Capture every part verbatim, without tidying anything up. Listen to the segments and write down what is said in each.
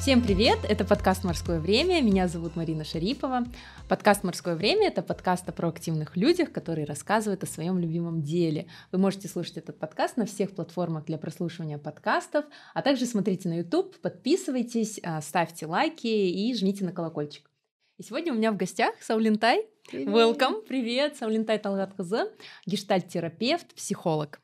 Всем привет! Это подкаст «Морское время». Меня зовут Марина Шарипова. Подкаст «Морское время» — это подкаст о проактивных людях, которые рассказывают о своем любимом деле. Вы можете слушать этот подкаст на всех платформах для прослушивания подкастов, а также смотрите на YouTube, подписывайтесь, ставьте лайки и жмите на колокольчик. И сегодня у меня в гостях Саулинтай. Привет. Welcome! Привет! Саулинтай Талгат-кызы, гештальт-терапевт, психолог.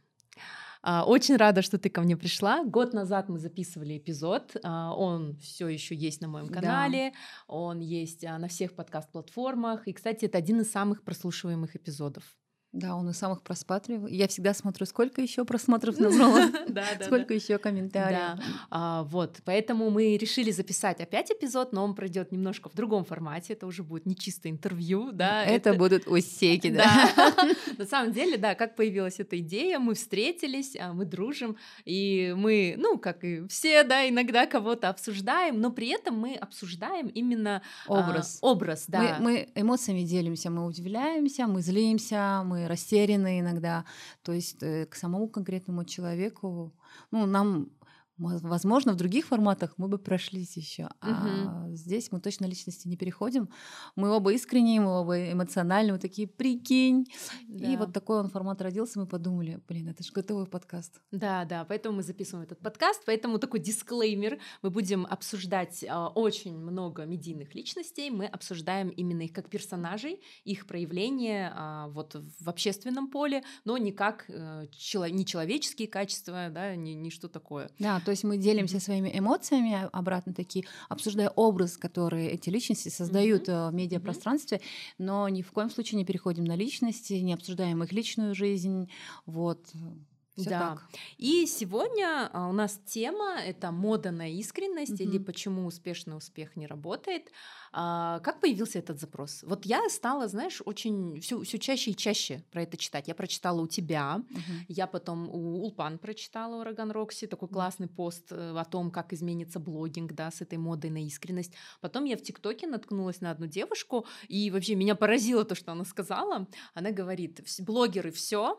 Очень рада, что ты ко мне пришла. Год назад мы записывали эпизод. Он все еще есть на моем канале. Да. Он есть на всех подкаст-платформах. И, кстати, это один из самых прослушиваемых эпизодов. Да, он из самых просматриваемых. Я всегда смотрю, сколько еще просмотров набрало, сколько еще комментариев. Да, вот, поэтому мы решили записать опять эпизод, но он пройдет немножко в другом формате. Это уже будет не чисто интервью, да. Это будут усеки, да. На самом деле, да, как появилась эта идея, мы встретились, мы дружим, и мы, ну, как и все, да, иногда кого-то обсуждаем, но при этом мы обсуждаем именно образ. Образ, да. Мы эмоциями делимся, мы удивляемся, мы злимся, мы растеряны иногда, то есть к самому конкретному человеку, ну, нам, возможно, в других форматах мы бы прошлись еще, а угу. Здесь мы точно личности не переходим, мы оба искренние, мы оба эмоциональные, мы такие, прикинь, да. И вот такой он формат родился, мы подумали, блин, это же готовый подкаст. Да, да, поэтому мы записываем этот подкаст, поэтому такой дисклеймер, мы будем обсуждать а, очень много медийных личностей, мы обсуждаем именно их как персонажей, их проявления а, вот в общественном поле, но не как а, чело- не человеческие качества, да, не, не что такое. Да, то есть мы делимся mm-hmm. своими эмоциями, обратно таки обсуждая образ, который эти личности создают mm-hmm. в медиапространстве, mm-hmm. но ни в коем случае не переходим на личности, не обсуждаем их личную жизнь, вот. Всё да. Так. И сегодня у нас тема — это мода на искренность mm-hmm. или почему успешный успех не работает. А, как появился этот запрос? Вот я стала, знаешь, очень все, все чаще и чаще про это читать. Я прочитала у тебя, mm-hmm. я потом у Улпан прочитала, у Роган Рокси, такой mm-hmm. классный пост о том, как изменится блогинг, да, с этой модой на искренность. Потом я в ТикТоке наткнулась на одну девушку, и вообще меня поразило то, что она сказала. Она говорит: блогеры все.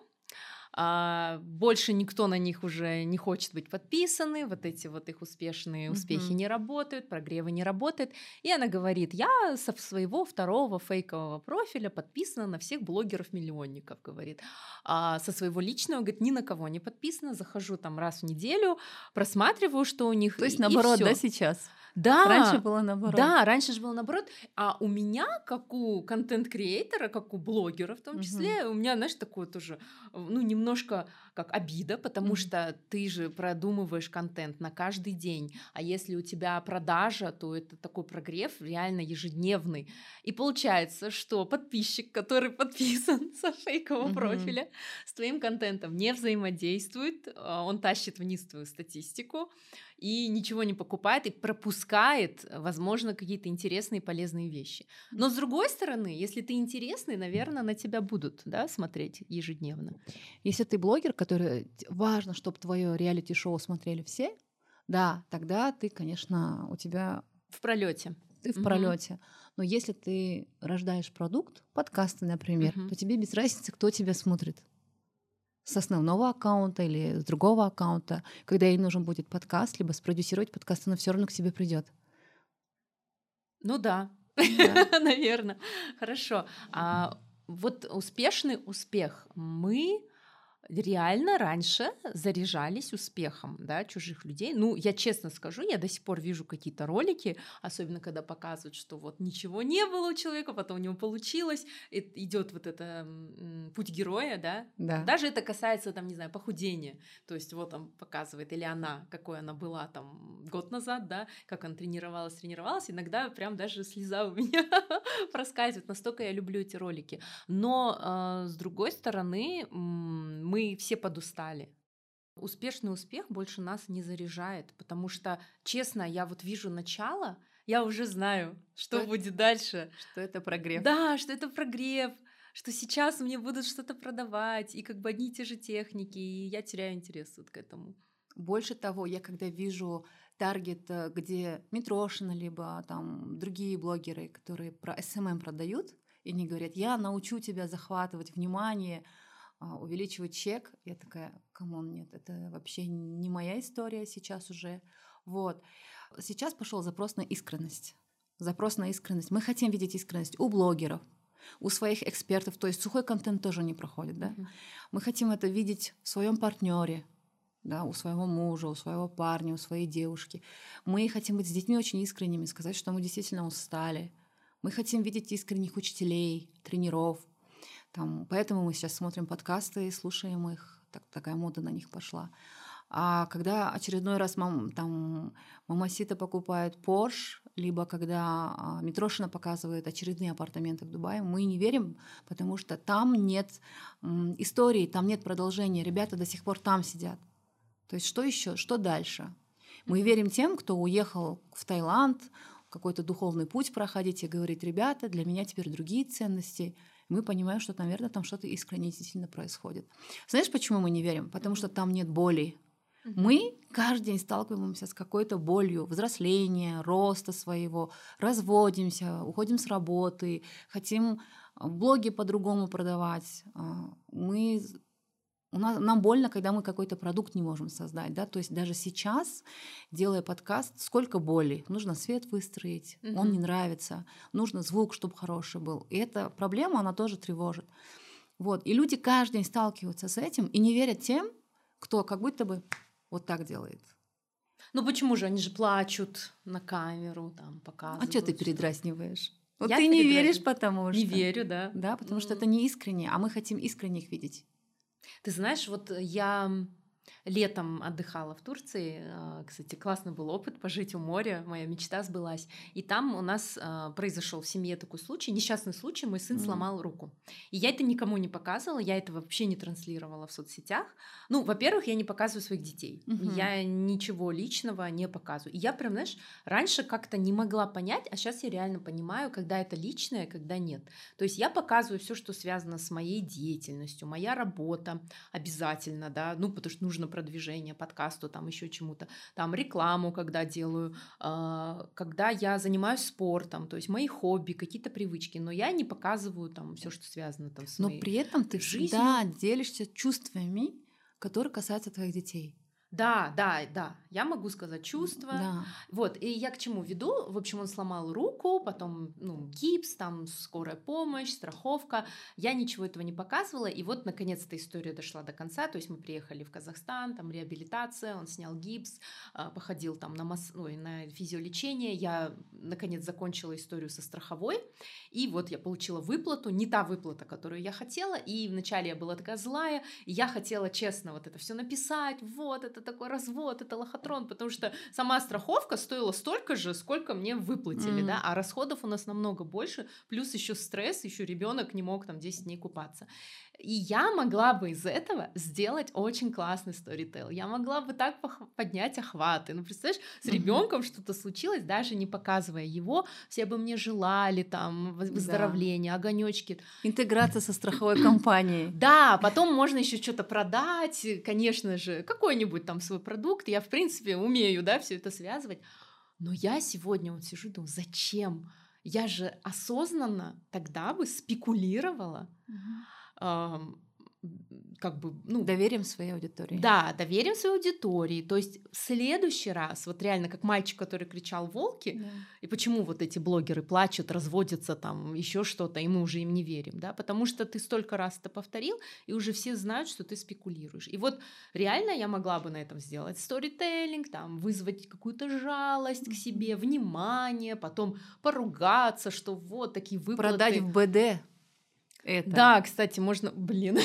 А больше никто на них уже не хочет быть подписаны, вот эти вот их успешные успехи uh-huh. не работают, прогревы не работают. И она говорит: я со своего второго фейкового профиля подписана на всех блогеров-миллионников, говорит. А со своего личного, говорит, ни на кого не подписана, захожу там раз в неделю, просматриваю, что у них. То есть наоборот, да, сейчас? Да, раньше было наоборот. Да, раньше же было наоборот. А у меня, как у контент-креатора, как у блогера в том числе, uh-huh. у меня, знаешь, такое тоже, ну, немножко как обида, потому uh-huh. что ты же продумываешь контент на каждый день. А если у тебя продажа, то это такой прогрев реально ежедневный. И получается, что подписчик, который подписан со фейкового uh-huh. профиля, с твоим контентом не взаимодействует, он тащит вниз твою статистику и ничего не покупает, и пропускает, возможно, какие-то интересные и полезные вещи. Но, с другой стороны, если ты интересный, наверное, на тебя будут, да, смотреть ежедневно. Если ты блогер, который важно, чтобы твое реалити-шоу смотрели все, да, тогда ты, конечно, у тебя... В пролете. Ты в пролете. Но если ты рождаешь продукт, подкасты, например, uh-huh. то тебе без разницы, кто тебя смотрит. С основного аккаунта или с другого аккаунта, когда ей нужен будет подкаст, либо спродюсировать подкаст, она все равно к тебе придет. Ну да, да. Наверное. Хорошо. А вот успешный успех. Мы реально раньше заряжались успехом, да, чужих людей. Ну, я честно скажу, я до сих пор вижу какие-то ролики, особенно когда показывают, что вот ничего не было у человека, потом у него получилось, идет вот это м, путь героя, да? Да. Даже это касается, там, не знаю, похудения. То есть вот он показывает, или она, какой она была там год назад, да, как она тренировалась, тренировалась. Иногда прям даже слеза у меня проскальзывает. Настолько я люблю эти ролики. Но, э, с другой стороны, м- мы все подустали. Успешный успех больше нас не заряжает, потому что, честно, я вот вижу начало, я уже знаю, что, что будет дальше. Что это прогрев. Да, что это прогрев, что сейчас мне будут что-то продавать, и как бы одни и те же техники, и я теряю интерес вот к этому. Больше того, я когда вижу таргет, где Митрошина, либо там другие блогеры, которые про эс эм эм продают, и они говорят: я научу тебя захватывать внимание, увеличивать чек. Я такая: камон, нет, это вообще не моя история сейчас уже. Вот. Сейчас пошел запрос на искренность. Запрос на искренность. Мы хотим видеть искренность у блогеров, у своих экспертов. То есть сухой контент тоже не проходит. Да? Mm-hmm. Мы хотим это видеть в своем партнере, да, у своего мужа, у своего парня, у своей девушки. Мы хотим быть с детьми очень искренними, сказать, что мы действительно устали. Мы хотим видеть искренних учителей, тренеров. Там, поэтому мы сейчас смотрим подкасты, слушаем их. Так, такая мода на них пошла. А когда очередной раз мам, там, мамасита покупает Porsche, либо когда а, Митрошина показывает очередные апартаменты в Дубае, мы не верим, потому что там нет м, истории, там нет продолжения. Ребята до сих пор там сидят. То есть что еще, что дальше? Мы верим тем, кто уехал в Таиланд, какой-то духовный путь проходить и говорит: ребята, для меня теперь другие ценности. Мы понимаем, что, наверное, там что-то искренне действительно происходит. Знаешь, почему мы не верим? Потому что там нет боли. Мы каждый день сталкиваемся с какой-то болью взросления, роста своего, разводимся, уходим с работы, хотим блоги по-другому продавать. Мы, у нас, нам больно, когда мы какой-то продукт не можем создать. Да? То есть даже сейчас, делая подкаст, сколько боли. Нужно свет выстроить, mm-hmm. он не нравится, нужно звук, чтобы хороший был. И эта проблема, она тоже тревожит. Вот. И люди каждый день сталкиваются с этим и не верят тем, кто как будто бы вот так делает. Ну почему же? Они же плачут на камеру, там, показывают. А что ты передразниваешь? Вот Я ты не веришь, потому что... Не верю, да. Да, потому mm. что это не искренне, а мы хотим искренних видеть. Ты знаешь, вот я летом отдыхала в Турции. Кстати, классный был опыт пожить у моря. Моя мечта сбылась. И там у нас произошел в семье такой случай, несчастный случай. Мой сын mm. сломал руку. И я это никому не показывала, я это вообще не транслировала в соцсетях. Ну, во-первых, я не показываю своих детей. Mm-hmm. Я ничего личного не показываю. И я прям, знаешь, раньше как-то не могла понять, а сейчас я реально понимаю, когда это личное, когда нет. То есть я показываю все, что связано с моей деятельностью, моя работа обязательно, да, ну, потому что нужно продвижение подкасту, там еще чему-то, там рекламу, когда делаю, э, когда я занимаюсь спортом, то есть мои хобби, какие-то привычки, но я не показываю там все, что связано там с моей жизнью. Но при этом ты жизнью. всегда делишься чувствами, которые касаются твоих детей. Да, да, да, я могу сказать чувства. Да. Вот, и я к чему веду? В общем, он сломал руку, потом, ну, гипс, там скорая помощь, страховка. Я ничего этого не показывала, и вот, наконец-то, история дошла до конца. То есть мы приехали в Казахстан, там реабилитация, он снял гипс, походил там на, масс... Ой, на физиолечение. Я, наконец, закончила историю со страховой, и вот я получила выплату, не та выплата, которую я хотела, и вначале я была такая злая, и я хотела честно вот это все написать, вот, это такой развод, это лохотрон, потому что сама страховка стоила столько же, сколько мне выплатили, mm. да, а расходов у нас намного больше, плюс еще стресс, еще ребенок не мог там десять дней купаться. И я могла бы из этого сделать очень классный сторитейл. Я могла бы так поднять охваты. Ну, представляешь, с ребенком mm-hmm. что-то случилось, даже не показывая его, все бы мне желали там выздоровления, да. огонечки. Интеграция со страховой компанией. Да, потом можно еще что-то продать, конечно же, какой-нибудь там свой продукт. Я, в принципе, умею, да, все это связывать. Но я сегодня вот сижу и думаю, зачем? Я же осознанно тогда бы спекулировала. Mm-hmm. Как бы, ну, доверием своей аудитории. Да, доверием своей аудитории. То есть в следующий раз, вот реально как мальчик, который кричал «волки», да. И почему вот эти блогеры плачут, разводятся, там еще что-то, и мы уже им не верим, да, потому что ты столько раз это повторил, и уже все знают, что ты спекулируешь. И вот реально я могла бы на этом сделать сторителлинг, там, вызвать какую-то жалость к себе, внимание, потом поругаться, что вот такие выплаты. Продать в бэ дэ. Это. Да, кстати, можно... Блин.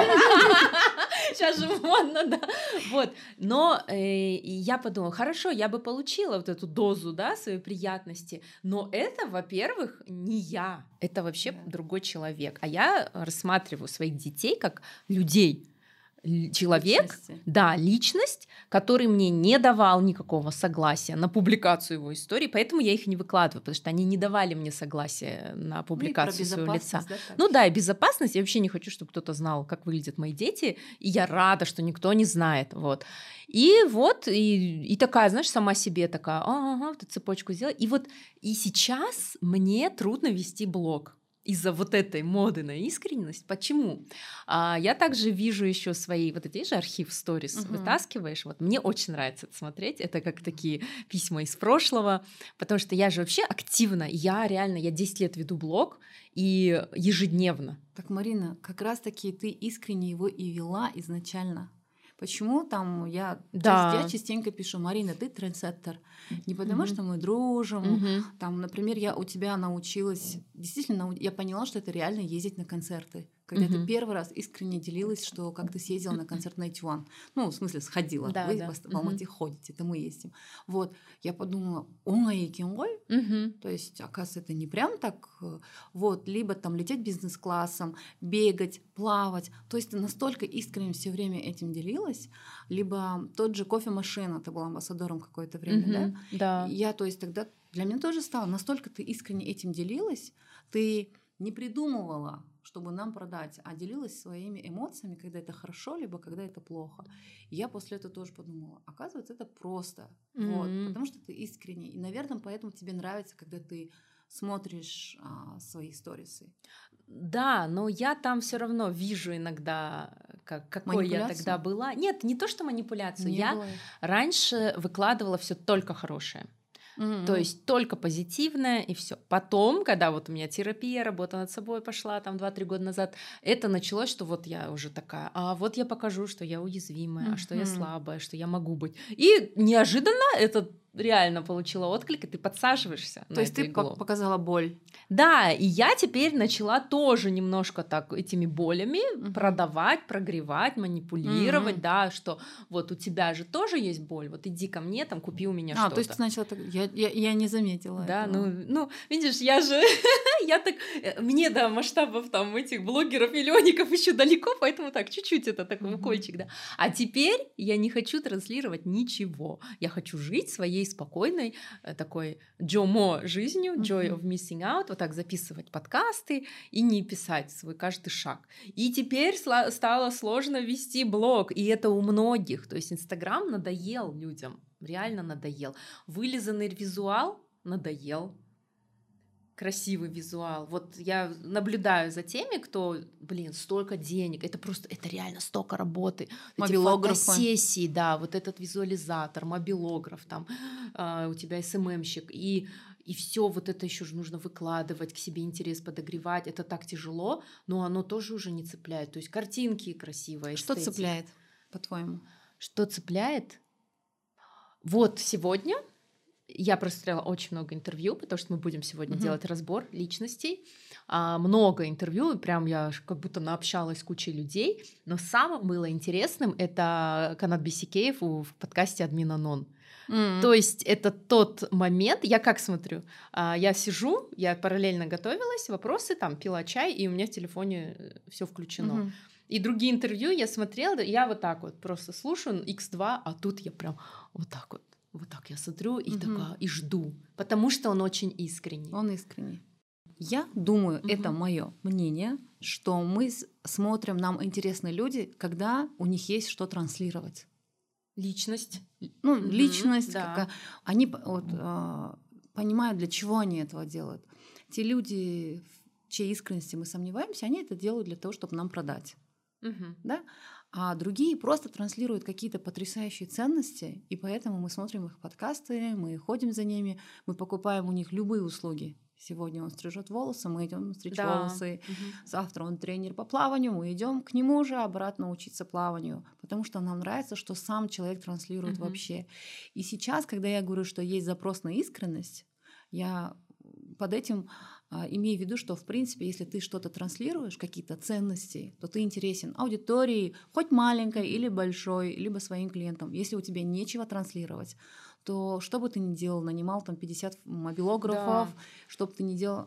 Сейчас же модно, да. Вот. Но э, я подумала, хорошо, я бы получила вот эту дозу, да, своей приятности, но это, во-первых, не я. Это вообще да. другой человек. А я рассматриваю своих детей как людей. Человек, личности. Да, личность, который мне не давал никакого согласия на публикацию его истории, поэтому я их не выкладываю, потому что они не давали мне согласия на публикацию ну, своего лица. Да, ну да, и безопасность. Я вообще не хочу, чтобы кто-то знал, как выглядят мои дети, и я рада, что никто не знает. Вот. И вот, и, и такая, знаешь, сама себе такая, ага, эту цепочку сделала. И вот и сейчас мне трудно вести блог. из-за вот этой моды на искренность. Почему? А, я также вижу еще свои, вот эти же архив сторис Мгм. вытаскиваешь. Вот мне очень нравится это смотреть. Это как такие письма из прошлого, потому что я же вообще активно, я реально, я десять лет веду блог, и ежедневно. Так, Марина, как раз-таки ты искренне его и вела изначально. Почему там я, часть- я Да. частенько пишу: Марина, ты трендсеттер. Не потому, Мгм. что мы дружим. Мгм. Там, например, я у тебя научилась, действительно, нау- я поняла, что это реально ездить на концерты. Когда ты Мгм. первый раз искренне делилась, что как ты съездила на концерт Найти One. Ну, в смысле, сходила. Да, Вы да. в Алмате ходите, это мы ездим. Вот. Я подумала: оңай екен ғой. Мгм. То есть, оказывается, это не прям так, э, вот, либо там лететь бизнес-классом, бегать, плавать. То есть ты настолько искренне все время этим делилась, либо тот же кофемашина, ты была амбассадором какое-то время, да? Мгм. Да. Я, то есть тогда для меня тоже стало, настолько ты искренне этим делилась, ты не придумывала, чтобы нам продать, а делилась своими эмоциями, когда это хорошо, либо когда это плохо. И я после этого тоже подумала: оказывается, это просто. Вот, М. потому что ты искренне. И, наверное, поэтому тебе нравится, когда ты смотришь а, свои сторисы. Да, но я там все равно вижу иногда, как, какой я тогда Манипуляцию? была. Нет, не то, что манипуляцию. Не Я говори. раньше выкладывала все только хорошее. То Мгм. есть только позитивное и все. Потом, когда вот у меня терапия, работа над собой пошла там два-три года назад, это началось, что вот я уже такая: а вот я покажу, что я уязвимая, а что я Мгм. слабая, что я могу быть. И неожиданно это реально получило отклик, и ты подсаживаешься То на есть эту ты по- иглу. показала боль. Да, и я теперь начала тоже немножко так этими болями Мгм. продавать, прогревать, манипулировать, Мгм. да, что вот у тебя же тоже есть боль, вот иди ко мне, там, купи у меня А, то есть ты что-то. начала так. Я, я, я не заметила Да, ну, этого. ну, видишь, я же, я так, э, мне до масштабов там этих блогеров, миллионников еще далеко, поэтому так, чуть-чуть это такой Мгм. укольчик, да. А теперь я не хочу транслировать ничего. Я хочу жить своей спокойной э, такой джомо жизнью, joy of Мгм. missing out, вот так записывать подкасты и не писать свой каждый шаг. И теперь сла- стало сложно вести блог, и это у многих. То есть Инстаграм надоел людям, реально надоел. Вылизанный визуал надоел. Красивый визуал. Вот я наблюдаю за теми, кто, блин, столько денег, это просто, это реально столько работы. Эти Мобилографы. фотосессии, да, вот этот визуализатор, мобилограф, там, а, у тебя СММщик, и, и все вот это еще же нужно выкладывать, к себе интерес подогревать. Это так тяжело, но оно тоже уже не цепляет. То есть картинки красивая, Что эстетика. цепляет, по-твоему? Что цепляет? Вот сегодня я просмотрела очень много интервью, потому что мы будем сегодня Мгм. делать разбор личностей. А, много интервью, и прям я аж как будто наобщалась с кучей людей. Но самым было интересным это Канат Бисикеев у- в подкасте «Админ Анон». М. То есть это тот момент, я как смотрю, а, я сижу, я параллельно готовилась, вопросы, там, пила чай, и у меня в телефоне все включено. Мгм. И другие интервью я смотрела, да, я вот так вот просто слушаю икс два, а тут я прям вот так вот, вот так я смотрю и Мгм. такая, и жду, потому что он очень искренний. Он искренний. Я думаю, это Мгм. мое мнение, что мы с- смотрим, нам интересны люди, когда у них есть что транслировать. Личность. Ну, Мгм, личность, да. какая- они п- вот, а, понимают, для чего они этого делают. Те люди, в чьей искренности мы сомневаемся, они это делают для того, чтобы нам продать. Мгм. Да? А другие просто транслируют какие-то потрясающие ценности, и поэтому мы смотрим их подкасты, мы ходим за ними, мы покупаем у них любые услуги. Сегодня он стрижет волосы, мы идем стричь Да. волосы. Мгм. Завтра он тренер по плаванию, мы идем к нему же обратно учиться плаванию, потому что нам нравится, что сам человек транслирует Мгм. вообще. И сейчас, когда я говорю, что есть запрос на искренность, я под этим а, имею в виду, что, в принципе, если ты что-то транслируешь, какие-то ценности, то ты интересен аудитории, хоть маленькой или большой, либо своим клиентам. Если у тебя нечего транслировать, то что бы ты ни делал, нанимал там пятьдесят мобилографов, Да. что бы ты ни делал,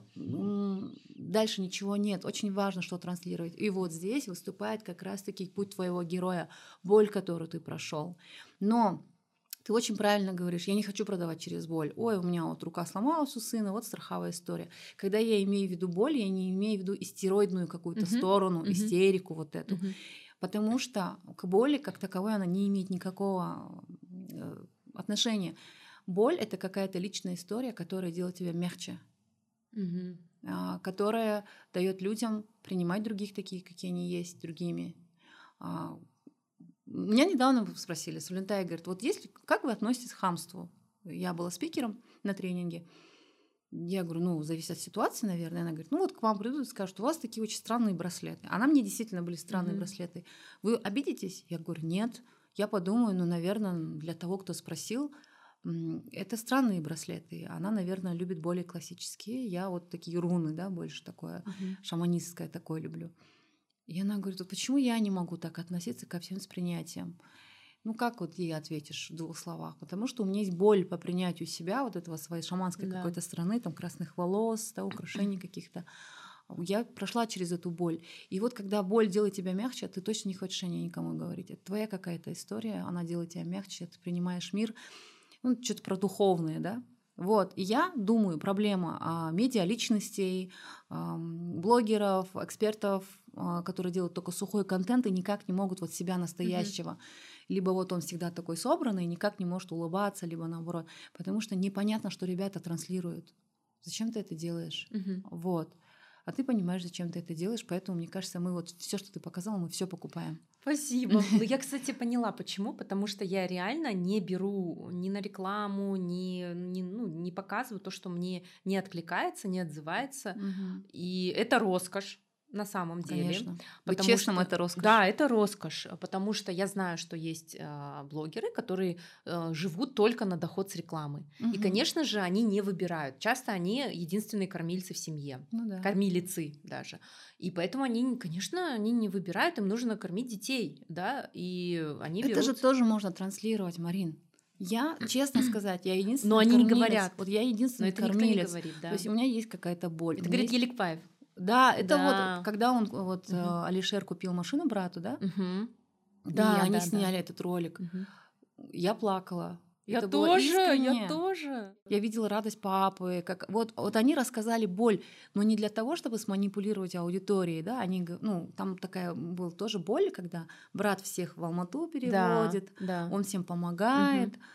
м, дальше ничего нет. Очень важно, что транслировать. И вот здесь выступает как раз-таки путь твоего героя, боль, которую ты прошел. Но ты очень правильно говоришь, я не хочу продавать через боль. Ой, у меня вот рука сломалась у сына, вот страховая история. Когда я имею в виду боль, я не имею в виду истероидную какую-то Мгм. сторону, Мгм. истерику вот эту. Мгм. Потому что к боли как таковой она не имеет никакого э, отношения. Боль — это какая-то личная история, которая делает тебя мягче. Мгм. а, которая дает людям принимать других такие, какие они есть, другими. А, Меня недавно спросили, Сулинтай говорит, вот если, как вы относитесь к хамству? Я была спикером на тренинге. Я говорю, ну, зависит от ситуации, наверное. Она говорит, ну вот к вам придут и скажут, у вас такие очень странные браслеты. А на мне действительно были странные mm-hmm. браслеты. Вы обидитесь? Я говорю, нет. Я подумаю, ну, наверное, для того, кто спросил, это странные браслеты. Она, наверное, любит более классические. Я вот такие руны, да, больше такое, mm-hmm. шаманистское такое люблю. И она говорит, вот почему я не могу так относиться ко всем с принятием? Ну, как вот ей ответишь в двух словах? Потому что у меня есть боль по принятию себя, вот этого своей шаманской да. какой-то страны, там, красных волос, да, украшений каких-то. Я прошла через эту боль. И вот когда боль делает тебя мягче, ты точно не хочешь о ней никому говорить. Это твоя какая-то история, она делает тебя мягче, ты принимаешь мир. Ну, что-то про духовное, да? Вот. И я думаю, проблема а, медиа-личностей, а, блогеров, экспертов, а, которые делают только сухой контент и никак не могут вот себя настоящего. Mm-hmm. Либо вот он всегда такой собранный, никак не может улыбаться, либо наоборот. Потому что непонятно, что ребята транслируют. Зачем ты это делаешь? Mm-hmm. Вот. А ты понимаешь, зачем ты это делаешь, поэтому, мне кажется, мы вот все, что ты показала, мы все покупаем. Спасибо. Ну, я, кстати, поняла, почему. Потому что я реально не беру ни на рекламу, ни, ни, ну, не показываю то, что мне не откликается, не отзывается. Угу. И это роскошь. На самом деле. Конечно. Быть честным, что, это роскошь. Да, это роскошь, потому что я знаю, что есть э, блогеры, которые э, живут только на доход с рекламы. Угу. И, конечно же, они не выбирают. Часто они единственные кормильцы в семье. Ну, да. Кормилицы даже. И поэтому они, конечно, они не выбирают, им нужно кормить детей. Да? И они это берут... же тоже можно транслировать, Марин. Я, честно сказать, я единственный Но они кормилец. не говорят. Вот я единственный Но это кормилец. никто не говорит, да. То есть у меня есть какая-то боль. Это говорит есть... Еликбаев. Да, это да. вот, когда он, вот, угу. Алишер купил машину брату, да? Угу. Да, Я, они да, сняли да. этот ролик. Угу. Я плакала. Я это тоже, я тоже. Я видела радость папы. Как... Вот, вот они рассказали боль, но не для того, чтобы сманипулировать аудиторией, да? Они, ну, там такая была тоже боль, когда брат всех в Алмату переводит, да, да. он всем помогает. Угу.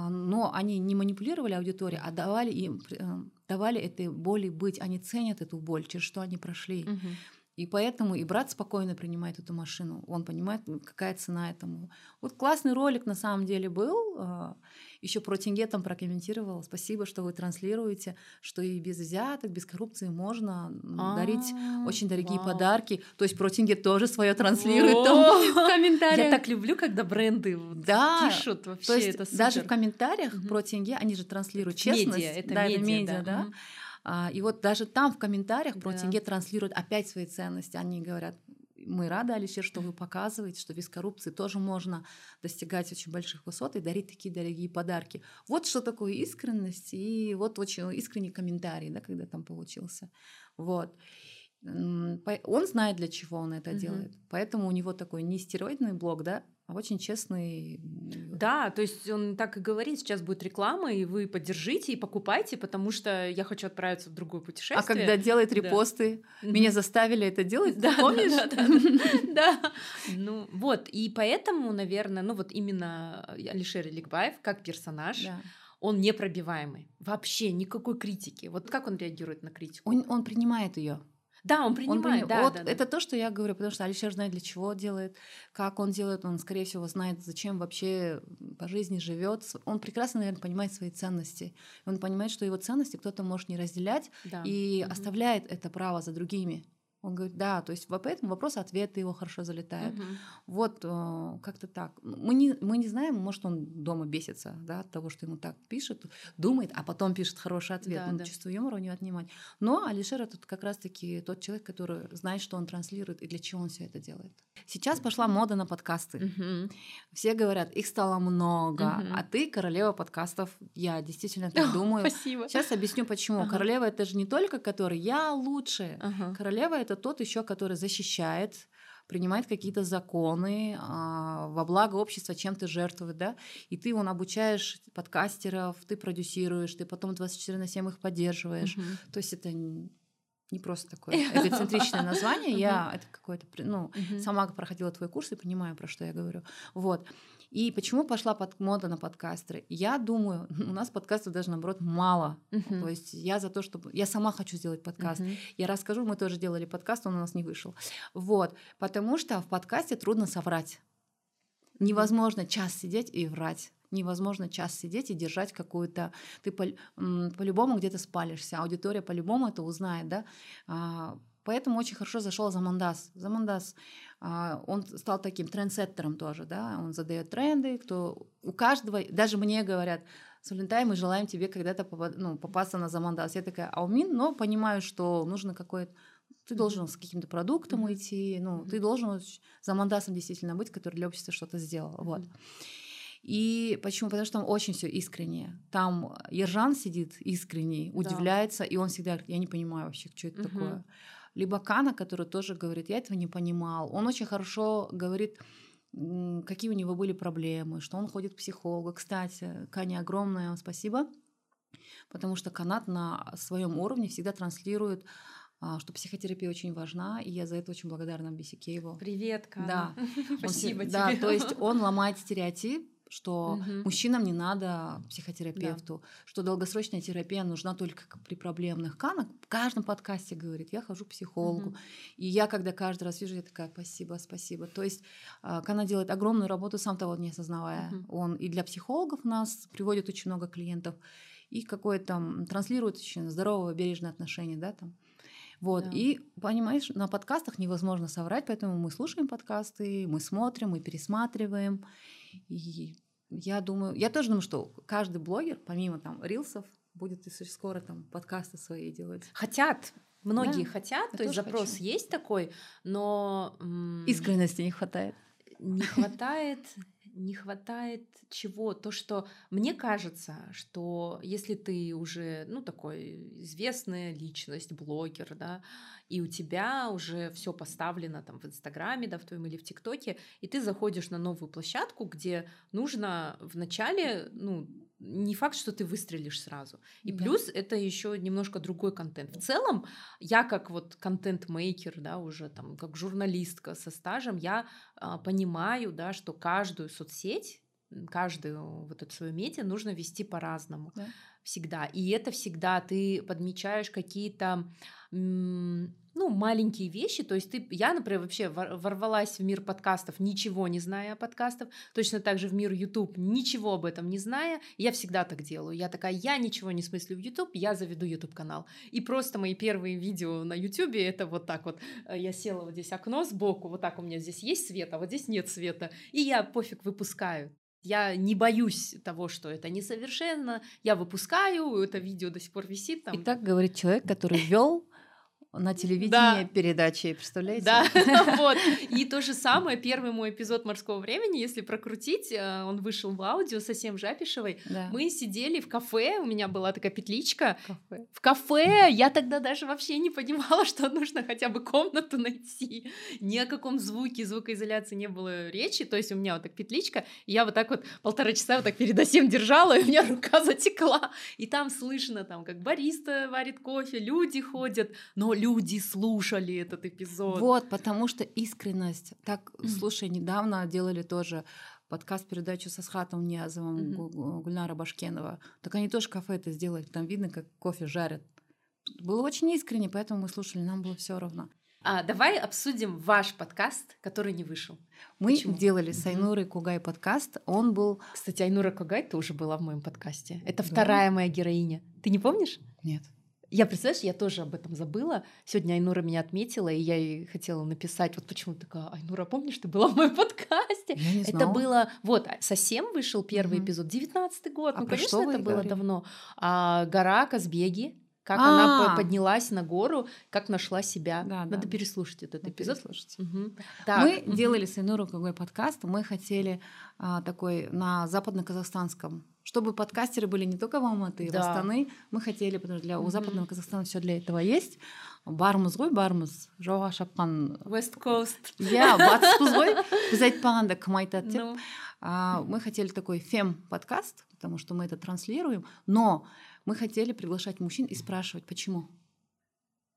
Но они не манипулировали аудиторией, а давали им давали этой боли быть. Они ценят эту боль, через что они прошли. Угу. И поэтому и брат спокойно принимает эту машину. Он понимает, какая цена этому. Вот классный ролик на самом деле был. Еще про тенге там прокомментировала. Спасибо, что вы транслируете, что и без взяток, без коррупции можно А-а-а. дарить очень дорогие Вау. подарки. То есть про тенге тоже свое транслирует там в комментариях. Я так люблю, когда бренды да. пишут. Вообще То есть это супер. даже в комментариях угу. про тенге они же транслируют честность. Медиа, это да, медиа, это медиа, да. да. Угу. И вот даже там в комментариях про да. тенге транслируют опять свои ценности. Они говорят, мы рады, Алишер, что вы показываете, что без коррупции тоже можно достигать очень больших высот и дарить такие дорогие подарки. Вот что такое искренность, и вот очень искренний комментарий, да, когда там получился. Вот. Он знает, для чего он это uh-huh. делает. Поэтому у него такой не стероидный блог, да, а очень честный. Да, то есть он так и говорит, сейчас будет реклама, и вы поддержите и покупайте, потому что я хочу отправиться в другое путешествие. А когда делает репосты, да. меня заставили это делать, да, помнишь? Да, да, да, да. Ну вот, и поэтому, наверное, ну вот именно Алишер Еликбаев как персонаж, да. он непробиваемый, вообще никакой критики. Вот как он реагирует на критику? Он, он принимает ее. Да, он принимает. Он приним... да, вот да, это да. то, что я говорю, потому что Алишер знает, для чего делает, как он делает, он, скорее всего, знает, зачем вообще по жизни живет. Он прекрасно, наверное, понимает свои ценности. Он понимает, что его ценности кто-то может не разделять да. и угу. оставляет это право за другими. Он говорит, да, то есть поэтому вопрос-ответы его хорошо залетают. Угу. Вот э, как-то так. Мы не, мы не знаем, может, он дома бесится, да, от того, что ему так пишет, думает, а потом пишет хороший ответ. Да, ну, да. Чувство юмора у него отнимать. Но Алишер тут как раз-таки тот человек, который знает, что он транслирует и для чего он все это делает. Сейчас пошла мода на подкасты. Угу. Все говорят, их стало много, угу. а ты королева подкастов. Я действительно так думаю. Спасибо. Сейчас объясню, почему. Ага. Королева — это же не только который «я лучше». Ага. Королева — это это тот еще, который защищает, принимает какие-то законы а, во благо общества, чем ты жертвуешь, да, и ты вон обучаешь подкастеров, ты продюсируешь, ты потом двадцать четыре на семь их поддерживаешь. Uh-huh. То есть это не просто такое эгоцентричное название, uh-huh. я это какое-то, ну, uh-huh. сама проходила твой курс и понимаю, про что я говорю. Вот. И почему пошла под мода на подкастеры? Я думаю, у нас подкастов даже, наоборот, мало. Мгм. То есть я за то, чтобы... Я сама хочу сделать подкаст. Мгм. Я расскажу, мы тоже делали подкаст, он у нас не вышел. Вот. Потому что в подкасте трудно соврать. Мгм. Невозможно час сидеть и врать. Невозможно час сидеть и держать какую-то... Ты по- м, по-любому где-то спалишься. Аудитория по-любому это узнает, да? А, Поэтому очень хорошо зашел Замандас. Замандас, а, он стал таким трендсеттером тоже, да? Он задает тренды, кто... У каждого, даже мне говорят, Сулинтай, мы желаем тебе когда-то попа- ну, попасться на Замандас. Я такая, аумин, но понимаю, что нужно какое-то... Ты Мгм. должен с каким-то продуктом Мгм. идти, ну, Мгм. ты должен вот за Мандасом действительно быть, который для общества что-то сделал. Вот. Мгм. И почему? Потому что там очень все искренне. Там Ержан сидит искренний, Да. удивляется, и он всегда говорит, я не понимаю вообще, что это Мгм. такое. Либо Кана, который тоже говорит, я этого не понимал. Он очень хорошо говорит, м, какие у него были проблемы, что он ходит к психологу. Кстати, Кане огромное вам спасибо, потому что Канат на своем уровне всегда транслирует, а, что психотерапия очень важна, и я за это очень благодарна Бисикееву. Привет, Кана. Да, он все- Спасибо да, тебе. то есть он ломает стереотип, что Мгм. мужчинам не надо Да. психотерапевту, что долгосрочная терапия нужна только к- при проблемных. Кана в каждом подкасте говорит, я хожу к психологу. Мгм. И я, когда каждый раз вижу, я такая, спасибо, спасибо. То есть а, Кана делает огромную работу, сам того не осознавая. Мгм. Он и для психологов у нас приводит очень много клиентов, и какое-то там транслирует очень здоровое, бережное отношение, да, там. Вот, Да. и, понимаешь, на подкастах невозможно соврать, поэтому мы слушаем подкасты, мы смотрим, мы пересматриваем. И я думаю, я тоже думаю, что каждый блогер, помимо там рилсов, будет и скоро там подкасты свои делать. Хотят. Многие Да, хотят, я то есть тоже запрос хочу. есть такой, но м, Искренности не хватает. не хватает, не хватает чего? То, что мне кажется, что если ты уже, ну, такой известная личность, блогер, да, и у тебя уже все поставлено там в Инстаграме, да, в твоем или в ТикТоке, и ты заходишь на новую площадку, где нужно вначале, ну, не факт, что ты выстрелишь сразу. И Да. плюс это еще немножко другой контент. В целом, я как вот контент-мейкер, да, уже там, как журналистка со стажем, я а, понимаю, да, что каждую соцсеть, м, каждую вот эту свою медиа нужно вести по-разному Да. всегда. И это всегда ты подмечаешь какие-то, м, ну, маленькие вещи. То есть ты, я, например, вообще вор- ворвалась в мир подкастов, ничего не зная о подкастах. Точно так же в мир YouTube, ничего об этом не зная. Я всегда так делаю. Я такая, я ничего не смыслю в YouTube, я заведу YouTube-канал. И просто мои первые видео на YouTube это вот так вот. Э, Я села вот здесь окно сбоку, вот так у меня здесь есть свет, а вот здесь нет света. И я пофиг выпускаю. Я не боюсь того, что это несовершенно. Я выпускаю, это видео до сих пор висит И там. так говорит человек, который вел на телевидении Да, передачи, представляете? да, вот. И то же самое, первый мой эпизод «Морского времени», если прокрутить, э, он вышел в аудио со Сем Жапишевой. Да. Мы сидели в кафе, у меня была такая петличка. Кафе. В кафе я тогда даже вообще не понимала, что нужно хотя бы комнату найти. Ни о каком звуке, звукоизоляции не было речи. То есть у меня вот так петличка, и я вот так вот полтора часа вот так перед осем держала, и у меня рука затекла. И там слышно, там, как бариста варит кофе, люди ходят, но люди слушали этот эпизод. Вот, потому что искренность. Так, слушай, недавно делали тоже подкаст-передачу со Схатом Ниязовым, Мгм. Гу- Гу- Гульнара Башкенова. Так они тоже кафе это сделали. Там видно, как кофе жарят. Было очень искренне, поэтому мы слушали, нам было все равно. А, давай обсудим ваш подкаст, который не вышел. Мы Почему? делали с Мгм. Айнурой Кугай подкаст. Он был... Кстати, Айнура Когай тоже была в моем подкасте. Это Да? вторая моя героиня. Ты не помнишь? Нет. Я, представляешь, я тоже об этом забыла. Сегодня Айнура меня отметила, и я ей хотела написать, вот почему такая, Айнура, помнишь, ты была в моем подкасте? Я не Это знала. было, вот, совсем вышел первый Мгм. эпизод, девятнадцатый год, А ну, про конечно, что вы это было говорили? давно. А, гора Казбеги, как она по- А, поднялась на гору, как нашла себя. да, Надо да. переслушать этот Надо эпизод. переслушать. Мгм. Мы Так, мгм. делали с Айнурой Кугай подкаст. Мы хотели а, такой на западно-казахстанском. Чтобы подкастеры были не только в Алматы, в Да. Астаны. Мы хотели, потому что для, у Мгм. западного Казахстана все для этого есть. Бармыз ғой, бармыз. Жауға шапқан. West Coast. Я батыспыз ғой. Біз айтпағанда кім айтады деп. Ну, А, мы хотели такой фем-подкаст, потому что мы это транслируем, но мы хотели приглашать мужчин и спрашивать, почему.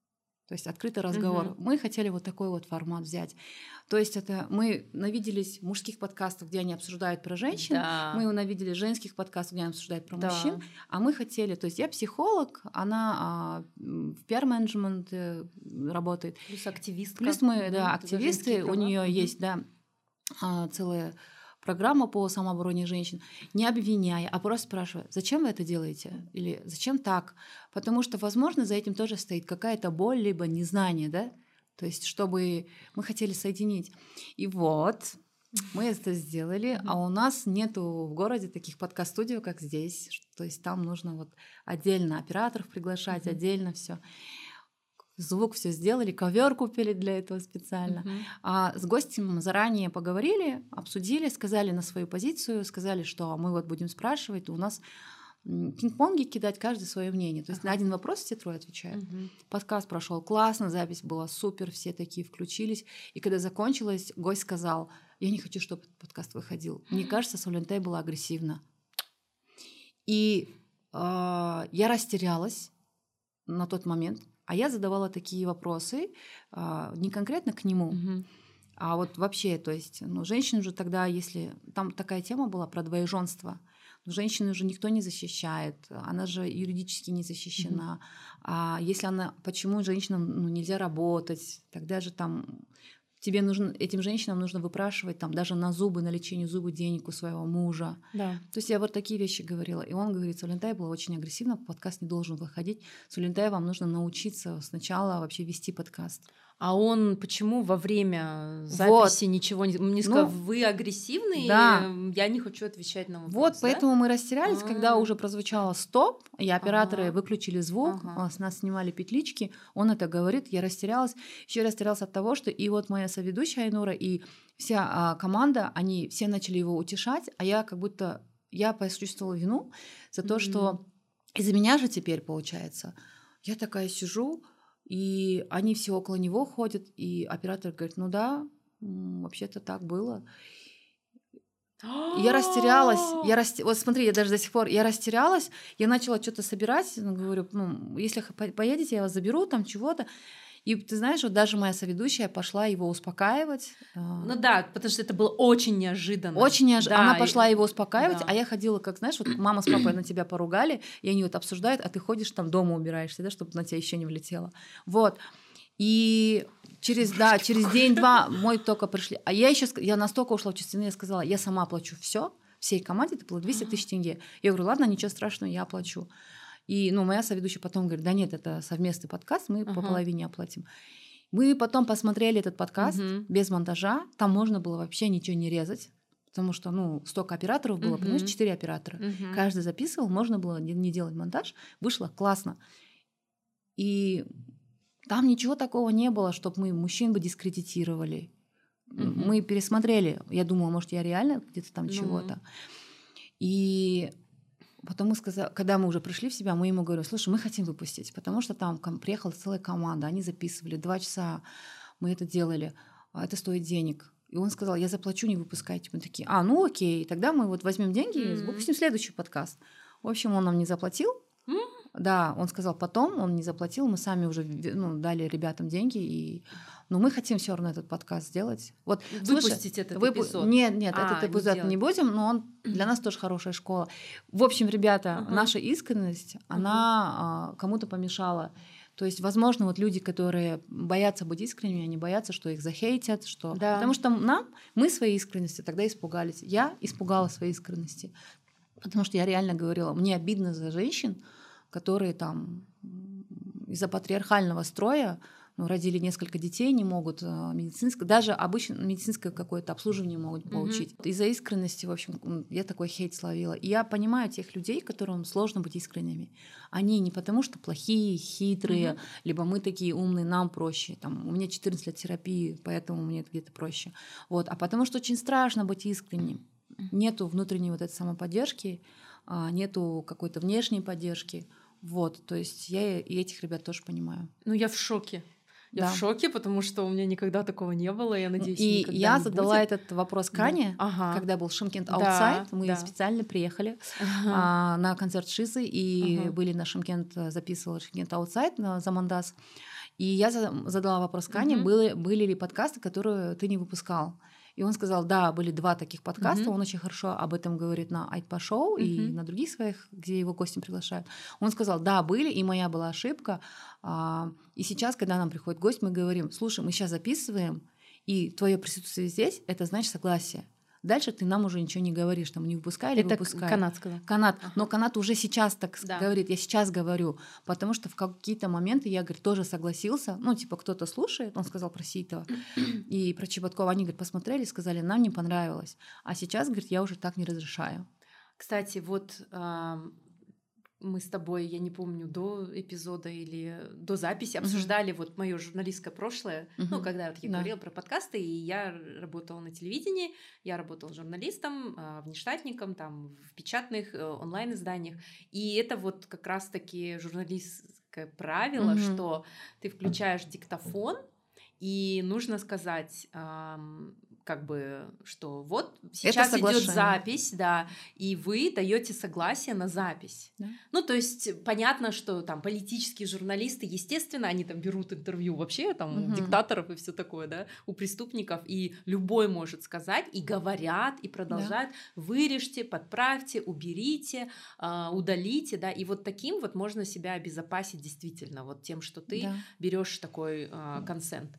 То есть открытый разговор. Мгм. Мы хотели вот такой вот формат взять. То есть это мы навиделись мужских подкастов, где они обсуждают про женщин, мы Да, навидели женских подкастов, где они обсуждают про мужчин, да. а мы хотели, то есть я психолог, она а, м, в пиар-менеджмент работает. Плюс активистка. Плюс мы, Мгм. да, За активисты, женские у права. нее Мгм. есть, да, а, целая программа по самообороне женщин, не обвиняя, а просто спрашивая, зачем вы это делаете? Или зачем так? Потому что, возможно, за этим тоже стоит какая-то боль, либо незнание, да? То есть, чтобы мы хотели соединить. И вот, мы это сделали, а Мгм. у нас нету в городе таких подкаст-студио, как здесь. Ш- То есть там нужно вот отдельно операторов приглашать, Мгм. отдельно все. Звук все сделали, ковер купили для этого специально. Мгм. А с гостем заранее поговорили, обсудили, сказали на свою позицию, сказали, что мы вот будем спрашивать, у нас м, пинг-понги кидать, каждый свое мнение. То есть на Ага. один вопрос все трое отвечают. Мгм. Подкаст прошел классно, запись была супер, все такие включились. И когда закончилось, гость сказал, я не хочу, чтобы этот подкаст выходил. Мне кажется, Солентей была агрессивна. И а, я растерялась на тот момент, а я задавала такие вопросы а, не конкретно к нему, Мгм. а вот вообще, то есть, ну, женщин же тогда, если... Там такая тема была про двоеженство. Но женщину уже никто не защищает, она же юридически не Мгм. защищена. А если она... Почему женщинам ну, нельзя работать? Тогда же там тебе нужно... Этим женщинам нужно выпрашивать там даже на зубы, на лечение зубы денег у своего мужа. Да. То есть я вот такие вещи говорила. И он говорит, Сулинтай была очень агрессивна, подкаст не должен выходить. Сулинтай, вам нужно научиться сначала вообще вести подкаст. А он почему во время Вот. записи ничего не, не сказал? Ну, Вы агрессивны, да. и я не хочу отвечать на Вот, вопрос, да? поэтому мы растерялись, когда А, уже прозвучало стоп, и операторы Ага. выключили звук, Ага. а, с нас снимали петлички, он это говорит, я растерялась. Еще растерялась от того, что и вот моя соведущая Айнура, и вся а, команда, они все начали его утешать, а я как будто, я почувствовала вину за то, М. что из-за меня же теперь получается. Я такая сижу, и они все около него ходят, и оператор говорит, ну да, м, вообще-то так было. И я растерялась, я расте... вот смотри, я даже до сих пор, я растерялась, я начала что-то собирать, ну, говорю, ну, если х- по- поедете, я вас заберу, там чего-то. И ты знаешь, вот даже моя соведущая пошла его успокаивать. а, Ну да, потому что это было очень неожиданно. Очень неожиданно. Она Да, и- пошла его успокаивать, да. а я ходила, как знаешь, вот мама с папой на тебя поругали, и они вот обсуждают, а ты ходишь там дома убираешься, да, чтобы на тебя еще не влетело. Вот. И через, да, через день-два мой только пришли. А я еще, я настолько ушла в чувственные, я сказала, я сама оплачу все, всей команде это было двести тысяч тенге. Я говорю, ладно, ничего страшного, я оплачу. И ну, моя соведущая потом говорит, да нет, это совместный подкаст, мы по Ага. половине оплатим. Мы потом посмотрели этот подкаст Мгм. без монтажа, там можно было вообще ничего не резать, потому что, ну, столько операторов было, Мгм. понимаешь, четыре оператора. Мгм. Каждый записывал, можно было не, не делать монтаж, вышло классно. И там ничего такого не было, чтобы мы мужчин бы дискредитировали. Мгм. Мы пересмотрели. Я думала, может, я реально где-то там Ну. чего-то. И потом мы сказали, когда мы уже пришли в себя, мы ему говорим, слушай, мы хотим выпустить, потому что там ком- приехала целая команда, они записывали, два часа мы это делали, а это стоит денег. И он сказал, я заплачу, не выпускайте. Мы такие, а, ну окей, тогда мы вот возьмем деньги и М. выпустим следующий подкаст. В общем, он нам не заплатил. М. Да, он сказал потом, он не заплатил, мы сами уже ну, дали ребятам деньги, и ну, мы хотим все равно этот подкаст сделать. Вот, слушай, Выпустить этот выпу- эпизод. Нет, нет, А, этот не эпизод не, делать. будем, но он для нас тоже хорошая школа. В общем, ребята, Ага. наша искренность, она а, кому-то помешала. То есть, возможно, вот люди, которые боятся быть искренними, они боятся, что их захейтят, что... Да. Потому что нам, мы своей искренности тогда испугались. Я испугалась своей искренности. Потому что я реально говорила, мне обидно за женщин, которые там м, из-за патриархального строя ну, родили несколько детей, не могут э, медицинское, даже обычно медицинское какое-то обслуживание могут получить. Мгм. Из-за искренности, в общем, м, я такой хейт словила. И я понимаю тех людей, которым сложно быть искренними. Они не потому, что плохие, хитрые, Мгм. либо мы такие умные, нам проще. Там, у меня четырнадцать лет терапии, поэтому мне это где-то проще. Вот. А потому что очень страшно быть искренним. Нету внутренней вот этой самоподдержки, а, нету какой-то внешней поддержки. Вот, то есть я и этих ребят тоже понимаю. Ну, я в шоке. Я Да. в шоке, потому что у меня никогда такого не было. Я надеюсь, И никогда я не задала будет. этот вопрос Да. Кане, Ага. когда был Шымкент Да, Outside. Мы да. специально приехали Ага. а, на концерт Шизы и Ага. были на Шымкент, записывала Шымкент Outside на Замандас. И я задала вопрос Кане, Мгм. были, были ли подкасты, которые ты не выпускал. И он сказал, да, были два таких подкаста. Мгм. Он очень хорошо об этом говорит на Айтпа Шоу и Мгм. на других своих, где его гостям приглашают. Он сказал, да, были, и моя была ошибка. А, И сейчас, когда нам приходит гость, мы говорим, слушай, мы сейчас записываем, и твое присутствие здесь, это значит согласие. Дальше ты нам уже ничего не говоришь, там не выпускай или Это к- выпускай. канад сказал. Канат. Ага. Но канат уже сейчас так с- Да. говорит, я сейчас говорю, потому что в какие-то моменты я, говорит, тоже согласился. Ну, типа, кто-то слушает, он сказал про Ситова и про Чеботкова. Они, говорит, посмотрели, сказали, нам не понравилось. А сейчас, говорит, я уже так не разрешаю. Кстати, вот ам, мы с тобой, я не помню, до эпизода или до записи Мгм. обсуждали вот мое журналистское прошлое. Ну, Мгм. когда вот я Да. говорила про подкасты, и я работала на телевидении, я работала журналистом, а, внештатником, там, в печатных э, онлайн-изданиях. И это вот как раз-таки журналистское правило, Мгм. что ты включаешь диктофон, и нужно сказать, ам, как бы, что вот сейчас идет соглашение. запись, да, и вы даете согласие на запись. Да. Ну, то есть понятно, что там политические журналисты, естественно, они там берут интервью вообще там у Мгм. диктаторов и все такое, да, у преступников, и любой может сказать, и говорят, и продолжают, вырежьте, подправьте, уберите, а, удалите, да, и вот таким вот можно себя обезопасить действительно, вот тем, что ты Да. берешь такой а, консент.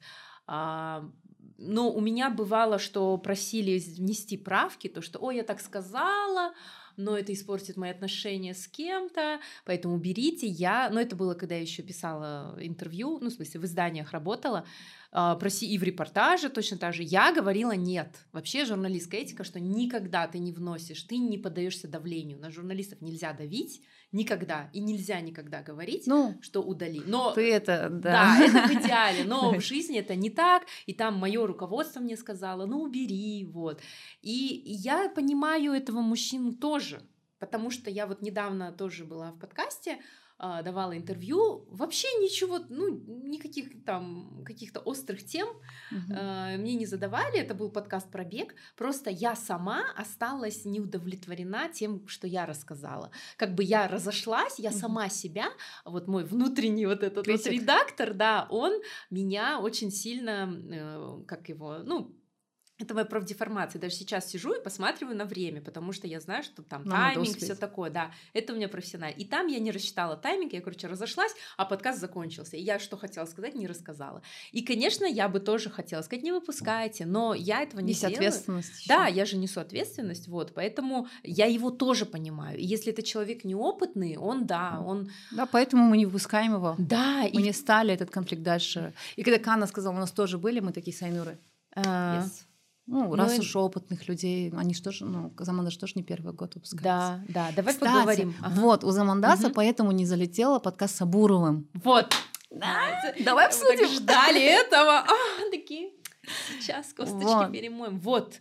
А, но у меня бывало, что просили внести правки, то что, ой, я так сказала, но это испортит мои отношения с кем-то, поэтому уберите. Я, но это было, когда я еще писала интервью, ну, в смысле, в изданиях работала, а, проси и в репортаже точно так же. Я говорила нет. Вообще журналистская этика, что никогда ты не вносишь, ты не поддаешься давлению. На журналистов нельзя давить никогда, и нельзя никогда говорить, Ну, что удали. Но ты это, да, да. это в идеале, но в жизни это не так, и там мое руководство мне сказало, ну убери, вот. И, и я понимаю этого мужчину тоже, потому что я вот недавно тоже была в подкасте, а, давала интервью, вообще ничего, ну, никаких там каких-то острых тем Мгм. э, мне не задавали, это был подкаст про бег, просто я сама осталась не удовлетворена тем, что я рассказала. Как бы я разошлась, я Мгм. сама себя, вот мой внутренний вот этот вот Критик. редактор, да, он меня очень сильно, э, как его, ну, это моя профдеформация. Даже сейчас сижу и посматриваю на время, потому что я знаю, что там Нам надо тайминг, успеть. все такое, да. Это у меня профессионально. И там я не рассчитала тайминг, я, короче, разошлась, а подкаст закончился. И я что хотела сказать, не рассказала. И, конечно, я бы тоже хотела сказать, не выпускайте, но я этого не Есть делаю. ответственность. ещё. Да, я же несу ответственность, вот, поэтому я его тоже понимаю. И если это человек неопытный, он, да, он... Да, поэтому мы не выпускаем его. Да, Мы и... не стали этот конфликт дальше. И когда Канна сказала, у нас тоже были, мы такие сайнуры. а, Yes. Ну, Ну раз и- уж опытных людей, они что же, ну, Замандаш тоже не первый год выпускается. Да, да, давай Кстати, поговорим. Ага. вот, у Замандаса Мгм. поэтому не залетела подкаст с Сабуровым. Вот. Да, это- давай мы так обсудим. ждали этого. А, такие, сейчас косточки Вот. перемоем. Вот.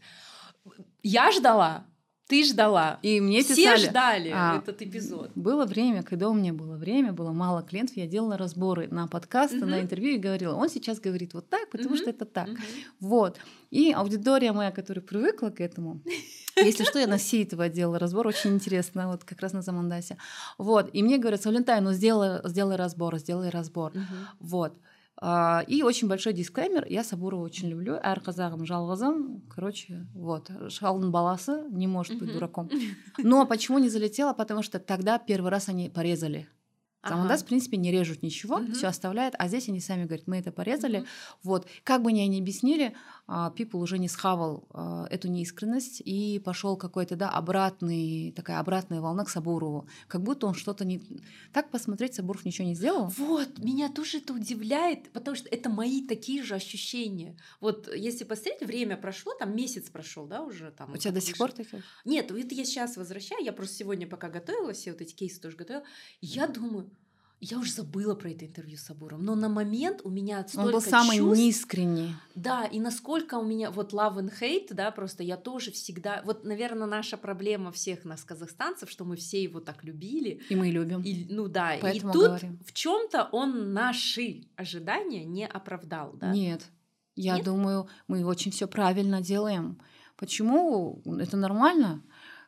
Я ждала, ты ждала. И мне Все писали. ждали а, этот эпизод. Было время, когда у меня было время, было мало клиентов, я делала разборы на подкасты, Мгм. на интервью и говорила, он сейчас говорит вот так, потому Мгм. что это так. Мгм. Вот. И аудитория моя, которая привыкла к этому, если что, я на Ситова делала разбор, очень интересно, вот как раз на Замандасе. Вот. И мне говорят, Саулентай, ну сделай, сделай разбор, сделай разбор. Мгм. Вот. А, И очень большой дисклеймер. Я Сабурова очень люблю. Әр қазағым жалғызым. Короче, вот. Шалдың баласы не может быть Мгм. дураком. Но почему не залетела? Потому что тогда первый раз они порезали. Ага. Замандас, в принципе, не режут ничего, Мгм. все оставляют, а здесь они сами говорят, мы это порезали. Мгм. Вот. Как бы они ни объяснили, а, people уже не схавал а, эту неискренность и пошел какой-то, да, обратный, такая обратная волна к Сабурову. Как будто он что-то не... Так посмотреть, Сабуров ничего не сделал. Вот, меня тоже это удивляет, потому что это мои такие же ощущения. Вот если посмотреть, время прошло, там месяц прошел, да, уже там. У тебя как до сих вышло. пор такие? Нет, это я сейчас возвращаю, я просто сегодня пока готовилась, все вот эти кейсы тоже готовила, и я думаю, я уже забыла про это интервью с Сабуром, но на момент у меня столько Он был самый чувств, неискренний. да, и насколько у меня вот love and hate, да, просто я тоже всегда, вот, наверное, наша проблема всех нас казахстанцев, что мы все его так любили, И мы любим. и, ну да, Поэтому и тут говорим. в чем-то он наши ожидания не оправдал, да? Нет. Я Нет? думаю, мы очень все правильно делаем. Почему? Это нормально.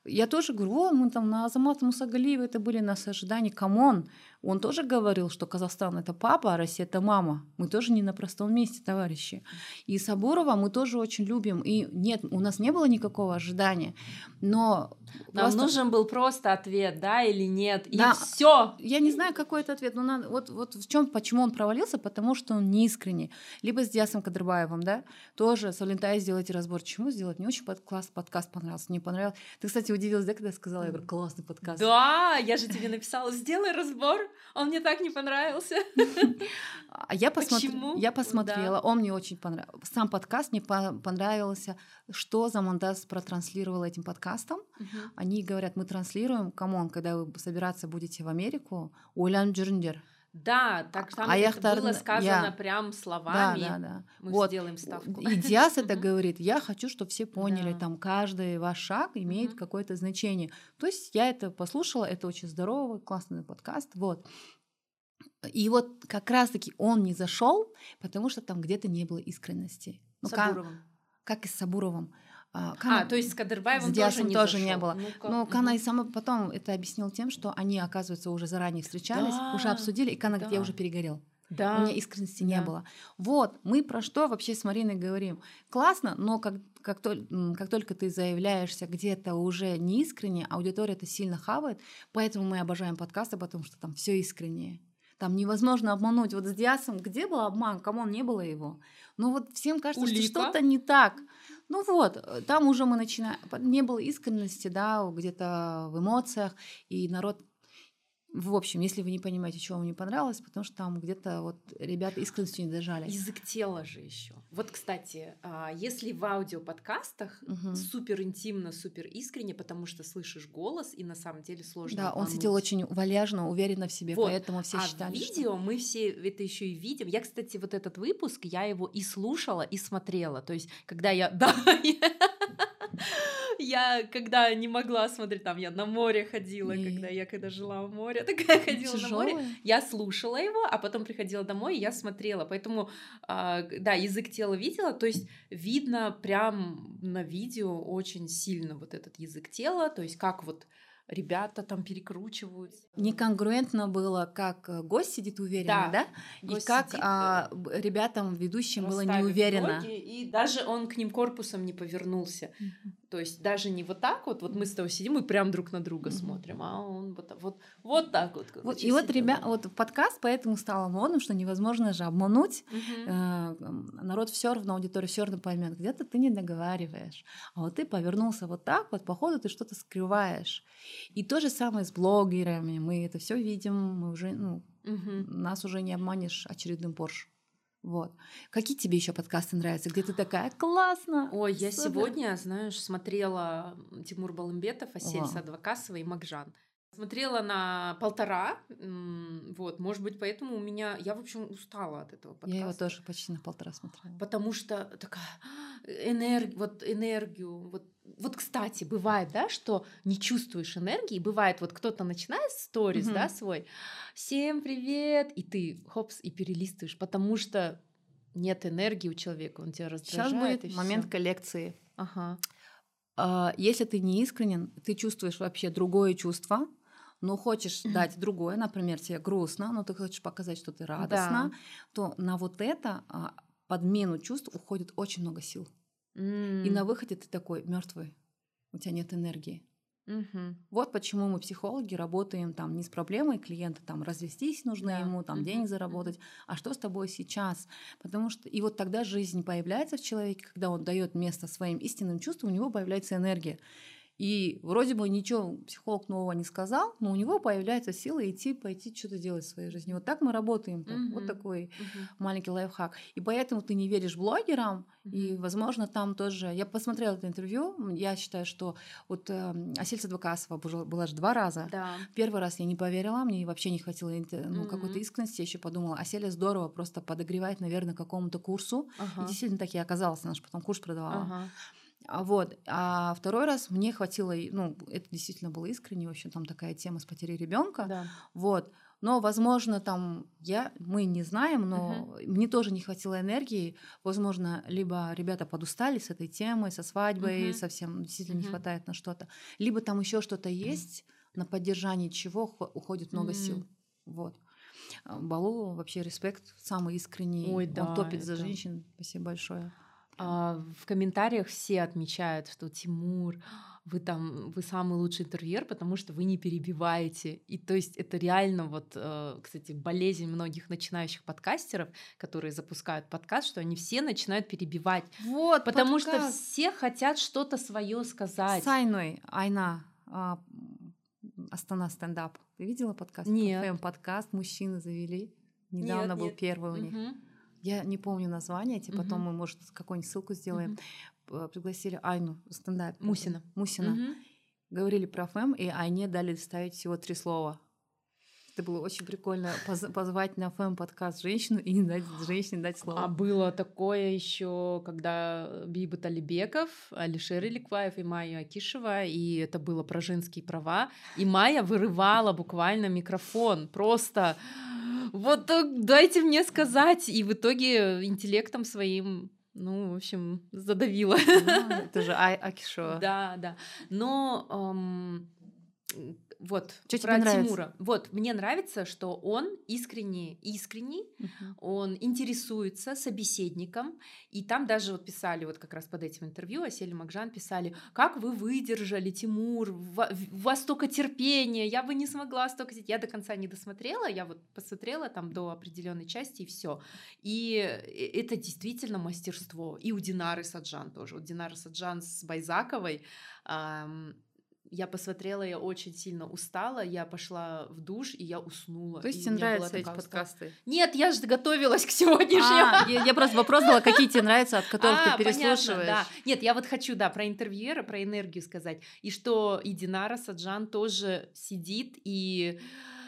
Я тоже говорю, о, мы там на Азамата Мусагалиева, это были наши ожидания, камон. Он тоже говорил, что Казахстан — это папа, а Россия — это мама. Мы тоже не на простом месте, товарищи. И Сабурова мы тоже очень любим. И нет, у нас не было никакого ожидания. Но нам просто... нужен был просто ответ, да или нет, и да, все. Я не знаю, какой это ответ. Но надо... вот, вот в чем, почему он провалился, потому что он неискренний. Либо с Диасом Кадырбаевым, да, тоже с Валентайной сделайте разбор. Чему сделать? Не очень под... класс подкаст понравился, не понравился. Ты, кстати, удивилась, да, когда я сказала? Я говорю, классный подкаст. Да, я же тебе написала, сделай разбор. Он мне так не понравился. А я, посмотр... я посмотрела, да. Он мне очень понравился. Сам подкаст мне понравился, что Замандас протранслировала этим подкастом. Угу. Они говорят, мы транслируем, камон, когда вы собираться будете в Америку, Улян Джерндер. Да, так там а это было сказано я... прям словами. Да, да, да. Мы вот. сделаем ставку. И Диас это говорит, я хочу, чтобы все поняли, да. Там каждый ваш шаг имеет угу. какое-то значение. То есть я это послушала, это очень здоровый, классный подкаст. Вот. И вот как раз-таки он не зашел, потому что там где-то не было искренности. Ну, Сабуровым. Как, как и с Сабуровым. Кана, а, то есть с Кадырбаевым с тоже, не, тоже не было. Ну-ка. Но Кана угу. и сама потом это объяснил тем, что они, оказывается, уже заранее встречались, да, уже обсудили, и Кана да. говорит, я уже перегорел. Да. У меня искренности да. не было. Вот, мы про что вообще с Мариной говорим? Классно, но как, как, то, как только ты заявляешься где-то уже неискренне, аудитория это сильно хавает, поэтому мы обожаем подкасты, потому что там все искреннее. Там невозможно обмануть. Вот с Диасом где был обман? Камон, не было его. Ну вот всем кажется, Улика. Что что-то не так. Ну вот, там уже мы начинаем... Не было искренности, да, где-то в эмоциях, и народ... В общем, если вы не понимаете, чего вам не понравилось, потому что там где-то вот ребята искренностью не дожали. Язык тела же еще. Вот, кстати, если в аудиоподкастах угу. супер интимно, супер искренне, потому что слышишь голос, и на самом деле сложно Да, обмануть. Он сидел очень вальяжно, уверенно в себе, вот. Поэтому все а считали, в видео что... мы все это еще и видим. Я, кстати, вот этот выпуск, я его и слушала, и смотрела. То есть, когда я... Да, я когда не могла смотреть, там я на море ходила, и... когда я когда жила в море, такая ходила Тяжёлое. На море, я слушала его, а потом приходила домой, и я смотрела. Поэтому, э, да, язык тела видела, то есть видно прям на видео очень сильно вот этот язык тела, то есть как вот ребята там перекручиваются. Неконгруентно было, как гость сидит уверенно, да? да? И как сидит, а, ребятам, ведущим было неуверенно. Ноги, и даже он к ним корпусом не повернулся. Mm-hmm. То есть даже не вот так вот, вот мы с тобой сидим и прям друг на друга mm-hmm. смотрим, а он вот, вот, вот так вот. Короче, вот и вот, ребята, вот подкаст поэтому стал модным, что невозможно же обмануть. Mm-hmm. Э, народ все равно, аудитория все равно поймет, где-то ты не договариваешь, а вот ты повернулся вот так вот, походу ты что-то скрываешь. И то же самое с блогерами. Мы это все видим, мы уже, ну, угу. нас уже не обманешь очередным Порш. Вот. Какие тебе еще подкасты нравятся? Где ты такая классно? Ой, я супер. Сегодня, знаешь, смотрела Тимур Балымбетов, Асель Садвакасова и Макжан. Смотрела на полтора, вот, может быть, поэтому у меня... Я, в общем, устала от этого подкаста. Я его тоже почти на полтора смотрела. Потому что такая энергия, вот энергию... Вот, вот, кстати, бывает, да, что не чувствуешь энергии, бывает, вот кто-то начинает сторис, mm-hmm. да, свой, «Всем привет!» и ты, хопс, и перелистываешь, потому что нет энергии у человека, он тебя раздражает. Сейчас будет момент всё. Коллекции. Ага. Если ты не искренен, ты чувствуешь вообще другое чувство, но хочешь дать другое, например, тебе грустно, но ты хочешь показать, что ты радостна, да. то на вот это подмену чувств уходит очень много сил. Mm. И на выходе ты такой мертвый, у тебя нет энергии. Mm-hmm. Вот почему мы, психологи, работаем там не с проблемой клиента, там развестись нужно yeah. ему, там mm-hmm. денег заработать, mm-hmm. а что с тобой сейчас? Потому что и вот тогда жизнь появляется в человеке, когда он дает место своим истинным чувствам, у него появляется энергия. И вроде бы ничего психолог нового не сказал, но у него появляется сила идти, пойти что-то делать в своей жизни. Вот так мы работаем. Mm-hmm. Вот такой mm-hmm. маленький лайфхак. И поэтому ты не веришь блогерам, mm-hmm. и, возможно, там тоже... Я посмотрела это интервью, я считаю, что вот э, Асель Садвакасова была же два раза. Да. Первый раз я не поверила, мне вообще не хватило ну, mm-hmm. какой-то искренности. Я еще подумала, Аселя здорово просто подогревает, наверное, какому-то курсу. Uh-huh. И действительно так и оказалось, она же потом курс продавала. Uh-huh. Вот. А второй раз мне хватило, ну, это действительно было искренне, в общем, там такая тема с потерей ребенка. Да. Вот. Но, возможно, там я, мы не знаем, но Мгм. мне тоже не хватило энергии. Возможно, либо ребята подустали с этой темой, со свадьбой, Мгм. совсем действительно не Мгм. хватает на что-то. Либо там еще что-то есть, на поддержании чего хо- уходит много сил. М. Вот. А, Балу вообще респект, самый искренний. Ой, Он да, топит за это... женщин. Спасибо большое. Прям. А, в комментариях все отмечают, что Тимур, вы там, вы самый лучший интервьюер, потому что вы не перебиваете. И то есть это реально вот, э, кстати, болезнь многих начинающих подкастеров, которые запускают подкаст, что они все начинают перебивать, Вот, потому что подкаст все хотят что-то свое с сказать. Айной, Айна, а, м, Астана стендап. Ты видела подкаст? Нет, ПФМ подкаст мужчины завели. нет, Недавно был нет. первый у них. Мгм, Я не помню название, тебе потом мгм, мы, может, какую-нибудь ссылку сделаем. мгм. П- Пригласили Айну, стендапера, Мусина. Мусина. Мгм. Говорили про ФМ, и Айне дали вставить всего три слова. Это было очень прикольно поз- позвать на ФМ подкаст женщину и не дать женщине дать А слово. было такое еще, когда Бибат Алибеков, Алишер Иликваев и Майя Акишева, и это было про женские права, и Майя вырывала буквально микрофон, просто вот э, дайте мне сказать, и в итоге интеллектом своим, ну, в общем, задавила. Ну, это же Ай Акишева. Да, да. Но ам, м, вот Что тебе про нравится? Тимура. Вот мне нравится, что он искренне, искренний, Мгм. он интересуется собеседником, и там даже вот писали вот как раз под этим интервью Асель и Макжан писали, как вы выдержали, Тимур, ва- в- у вас столько терпения, я бы не смогла столько, терпеть». Я до конца не досмотрела, я вот посмотрела там до определенной части и все. И э, это действительно мастерство. И у Динары Саджан тоже. Вот Динара Саджан с Байзаковой. ам, Я посмотрела, я очень сильно устала, я пошла в душ, и я уснула. То есть И у тебе меня была нравятся эти такая усталость. подкасты? Нет, я же готовилась к сегодняшнему. А, я, я просто вопрос задала, какие тебе нравятся, от которых ты А, понятно, да. переслушиваешь. Нет, я вот хочу, да, про интервьюера, про энергию сказать. И что и Динара Саджан тоже сидит и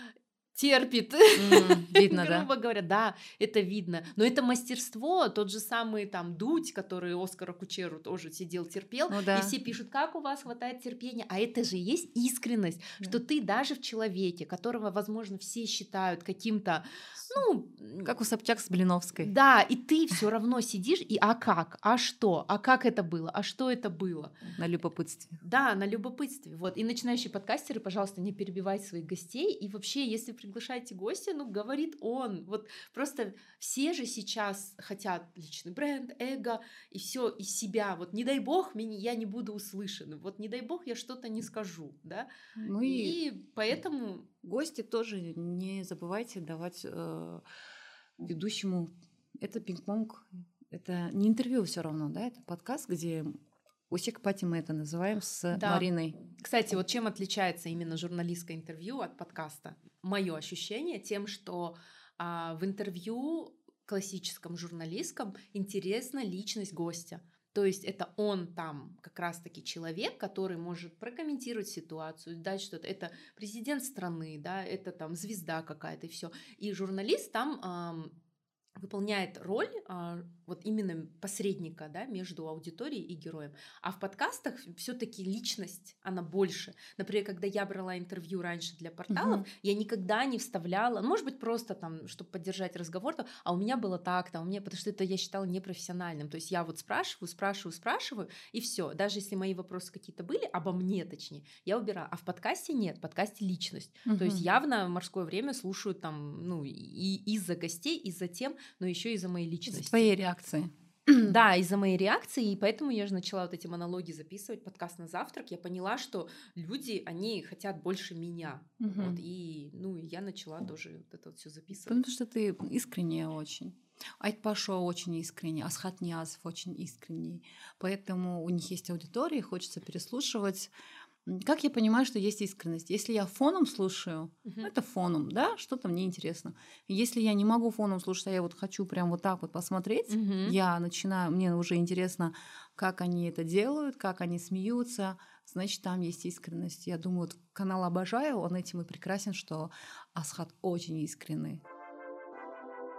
терпит, М, видно, да? грубо говоря, да, это видно. Но это мастерство, тот же самый там Дудь, который Оскара Кучеру тоже сидел, терпел, Ну и да, все пишут, как у вас хватает терпения, а это же и есть искренность, да. что ты даже в человеке, которого, возможно, все считают каким-то, ну, Как у Собчак с Блиновской. да, и ты все равно сидишь, и а как, а что, а как это было, а что это было? На любопытстве. Да, на любопытстве. Вот. И начинающие подкастеры, пожалуйста, не перебивайте своих гостей. И вообще, если приглашаете гостя, ну, говорит он. Вот просто все же сейчас хотят личный бренд, эго и все из себя. Вот не дай бог, меня, я не буду услышан. Вот не дай бог, я что-то не скажу, да. Ну и И поэтому... гости тоже не забывайте давать э, ведущему. Это пинг-понг, это не интервью все равно, да, это подкаст, где Усик Пати мы это называем с Да. Мариной. Кстати, вот чем отличается именно журналистское интервью от подкаста? Мое ощущение тем, что а, в интервью классическом журналистском интересна личность гостя. То есть это он там как раз-таки человек, который может прокомментировать ситуацию, дать что-то. Это президент страны, да, это там звезда какая-то и все. И журналист там ам, выполняет роль а, вот именно посредника, да, между аудиторией и героем. А в подкастах все-таки личность, она больше. Например, когда я брала интервью раньше для порталов, Мгм. я никогда не вставляла, ну, может быть, просто там, чтобы поддержать разговор, то, а у меня было так, там, у меня, потому что это я считала непрофессиональным. То есть я вот спрашиваю, спрашиваю, спрашиваю, и все. Даже если мои вопросы какие-то были, обо мне точнее, я убирала. А в подкасте нет, в подкасте личность. То есть Мгм. явно в морское время слушают там, ну, и из-за гостей, и за тем, но еще из-за моей Из-за личности. твоей реакции. Да, из-за моей реакции, и поэтому я же начала вот эти монологи записывать, подкаст на завтрак. Я поняла, что люди, они хотят больше меня. Мгм. Вот, и, ну, и я начала тоже вот это вот все записывать. Потому что ты искренняя очень. Айтпашо очень искренний, Асхат Ниязов очень искренний. Поэтому у них есть аудитория, хочется переслушивать. М, Как я понимаю, что есть искренность? Если я фоном слушаю, Мгм. это фоном, да, что-то мне интересно. Если я не могу фоном слушать, а я вот хочу прям вот так вот посмотреть, Мгм. я начинаю, мне уже интересно, как они это делают, как они смеются, значит, там есть искренность. Я думаю, вот канал обожаю, он этим и прекрасен, что Асхат очень искренний.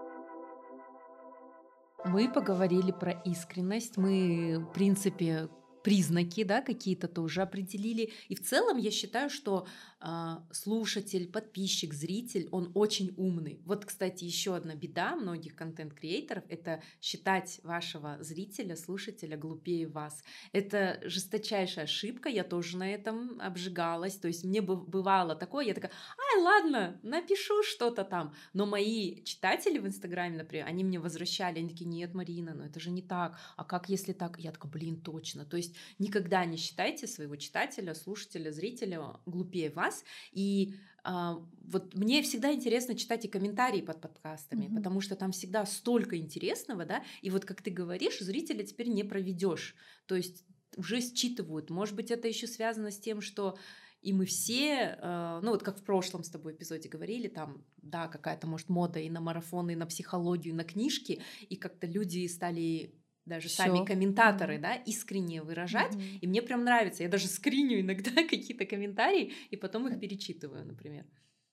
Мы поговорили про искренность. Мы, в принципе, признаки, да, какие-то тоже определили. И в целом я считаю, что а, слушатель, подписчик, зритель, он очень умный. Вот, кстати, еще одна беда многих контент-креаторов — это считать вашего зрителя, слушателя глупее вас. Это жесточайшая ошибка, я тоже на этом обжигалась. То есть мне бы- бывало такое, я такая: ай, ладно, напишу что-то там. Но мои читатели в Инстаграме, например, они мне возвращали, они такие: нет, Марина, ну это же не так. А как если так? Я такая: блин, точно. То есть никогда не считайте своего читателя, слушателя, зрителя глупее вас. И а, вот мне всегда интересно читать и комментарии под подкастами, Мгм. потому что там всегда столько интересного, да, и вот как ты говоришь, зрителя теперь не проведешь, то есть уже считывают. Может быть, это еще связано с тем, что и мы все, э, ну вот как в прошлом с тобой эпизоде говорили, там, да, какая-то, может, мода и на марафоны, и на психологию, и на книжки, и как-то люди стали, даже сами Все. комментаторы, да, искренне выражать. И мне прям нравится. Я даже скриню иногда какие-то комментарии и потом их перечитываю, например.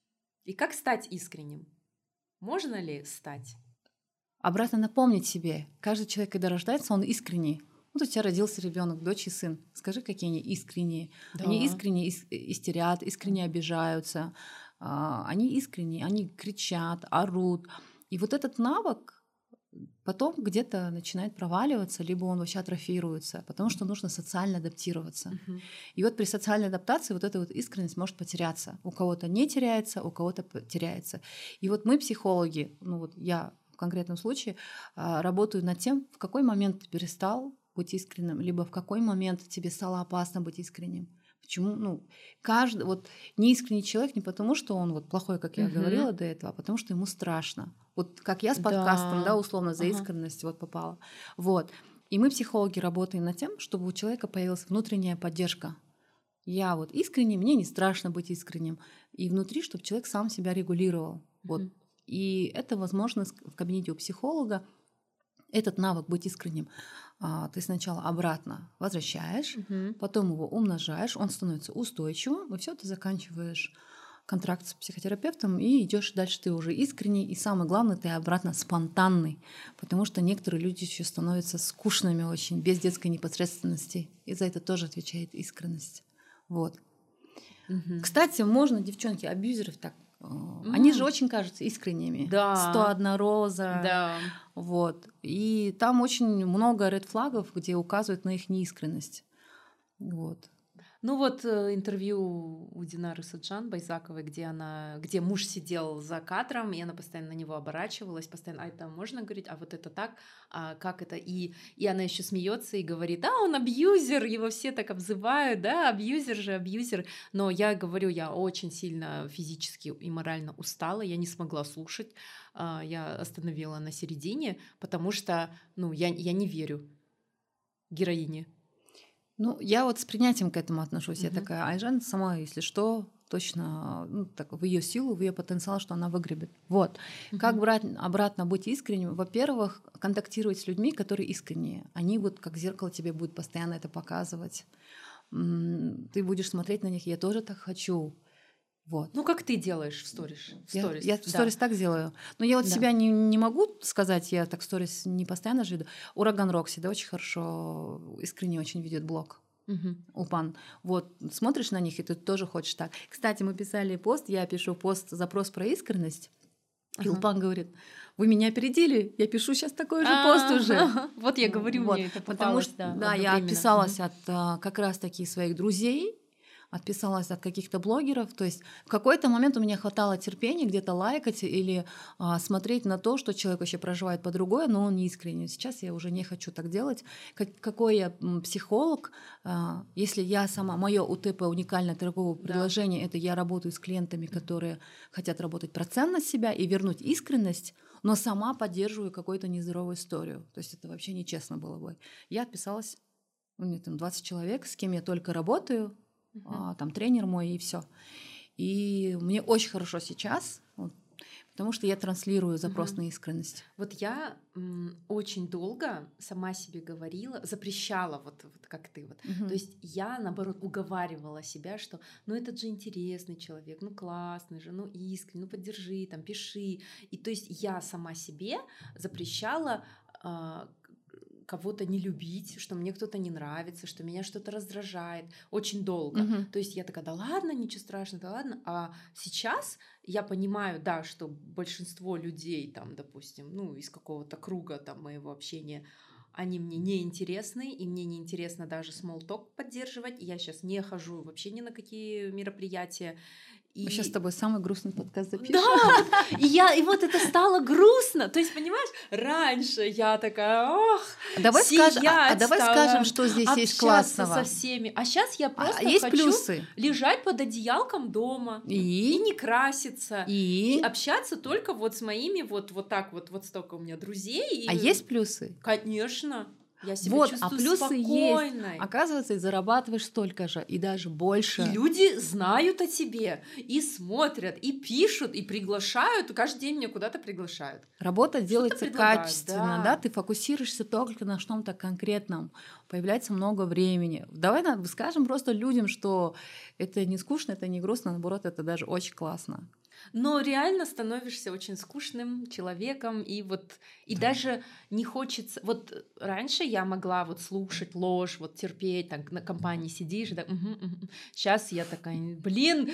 И как стать искренним? Можно ли стать? Обратно напомнить себе, каждый человек, когда рождается, он искренний. Вот у тебя родился ребенок, дочь и сын. Скажи, какие они искренние. Они Да. искренне ис- истерят, искренне обижаются. а, Они искренние, они кричат, орут. И вот этот навык потом где-то начинает проваливаться, либо он вообще атрофируется, потому что нужно социально адаптироваться. Мгм. И вот при социальной адаптации вот эта вот искренность может потеряться. У кого-то не теряется, у кого-то п- теряется. И вот мы, психологи, ну вот я в конкретном случае а, работаю над тем, в какой момент ты перестал быть искренним, либо в какой момент тебе стало опасно быть искренним. Почему? Ну, каждый, вот неискренний человек не потому, что он вот плохой, как я говорила Мгм. до этого, а потому что ему страшно. Вот как я с подкастом, да, Да. условно, за Ага. искренность вот попала. Вот. И мы, психологи, работаем над тем, чтобы у человека появилась внутренняя поддержка. Я вот искренне, мне не страшно быть искренним. И внутри, чтобы человек сам себя регулировал. Вот. Мгм. И это возможно с- в кабинете у психолога. Этот навык быть искренним а, ты сначала обратно возвращаешь, Мгм. потом его умножаешь, он становится устойчивым, и все, ты заканчиваешь контракт с психотерапевтом и идешь дальше, ты уже искренний, и самое главное, ты обратно спонтанный, потому что некоторые люди еще становятся скучными очень, без детской непосредственности, и за это тоже отвечает искренность. Вот. Мгм. Кстати, можно, девчонки, абьюзеров так, э, они же М. очень кажутся искренними. сто Да. одна роза, Да. вот. И там очень много ред флагов, где указывают на их неискренность. Вот. Ну вот э, интервью у Динары Саджан Байзаковой, где она, где муж сидел за кадром, и она постоянно на него оборачивалась, постоянно: а это можно говорить, а вот это так, а как это, и и она еще смеется и говорит: да, он абьюзер, его все так обзывают, да, абьюзер же, абьюзер. Но я говорю, я очень сильно физически и морально устала, я не смогла слушать, а, я остановила на середине, потому что, ну, я я не верю героине. Ну, я вот с принятием к этому отношусь. Я Мгм. такая, Айжан сама, если что, точно ну, так, в ее силу, в ее потенциал, что она выгребет. Вот. Как Мгм. брать обратно быть искренним? Во-первых, контактировать с людьми, которые искренние. Они вот как зеркало тебе будут постоянно это показывать. М, Ты будешь смотреть на них, я тоже так хочу. Вот. Ну, как ты делаешь в сторис? В Я, я сторис, в да. сторис так делаю. Но я вот Да. себя не, не могу сказать, я так сторис не постоянно же веду. Ураган Рокси, да, очень хорошо, искренне очень ведет блог. Мгм. Упан. Вот, смотришь на них, и ты тоже хочешь так. Кстати, мы писали пост, я пишу пост, запрос про искренность, и Ага. Упан говорит, вы меня опередили, я пишу сейчас такой же пост А, уже. Вот я говорю, Вот, мне это потому попалось, что, да, да, я одновременно. отписалась Мгм. от а, как раз-таки своих друзей, отписалась от каких-то блогеров. То есть в какой-то момент у меня хватало терпения где-то лайкать или а, смотреть на то, что человек вообще проживает по-другое, но он не искренне. Сейчас я уже не хочу так делать. Как, какой я м, психолог, а, если я сама, мое УТП, уникальное торговое Да. предложение, это я работаю с клиентами, которые хотят работать про ценность себя и вернуть искренность, но сама поддерживаю какую-то нездоровую историю. То есть это вообще нечестно было бы. Я отписалась, у меня там двадцать человек, с кем я только работаю, Мгм. а, там тренер мой и все. И мне очень хорошо сейчас, вот, потому что я транслирую запрос Мгм. на искренность. Вот я м, очень долго сама себе говорила, запрещала, вот, вот как ты вот. То Мгм. есть я, наоборот, уговаривала себя, что ну этот же интересный человек, ну классный же, ну искренний, ну поддержи, там, пиши. И то есть я сама себе запрещала а, кого-то не любить, что мне кто-то не нравится, что меня что-то раздражает очень долго. Мгм. То есть я такая, да ладно, ничего страшного, да ладно. А сейчас я понимаю, да, что большинство людей там, допустим, ну, из какого-то круга там моего общения, они мне не интересны, и мне не интересно даже small talk поддерживать. И я сейчас не хожу вообще ни на какие мероприятия. Мы сейчас с И тобой самый грустный подкаст да, запишем. вот, и я, и вот это стало грустно. То есть, понимаешь, раньше я такая, ох, А давай скажем, а, а сиять давай стала, скажем, что здесь есть общаться со классного. всеми. А сейчас я А просто есть хочу плюсы? лежать под одеялком дома и И не краситься, и и общаться только вот с моими вот вот так вот, вот столько у меня друзей. а И, есть плюсы? конечно, я себя Вот, а чувствую плюсы есть. спокойной. Оказывается, и зарабатываешь столько же, и даже И больше. люди знают о тебе, и смотрят, и пишут, и приглашают. Каждый день меня куда-то приглашают. Работа Что-то делается предлагают, качественно, да, да. ты фокусируешься только на что-то конкретном, появляется много времени. Давай на- скажем просто людям, что это не скучно, это не грустно, наоборот, это даже очень классно. Но реально становишься очень скучным человеком, и вот и Да. даже не хочется. Вот раньше я могла вот слушать ложь, вот терпеть, так на компании сидишь, да. Сейчас я такая, блин,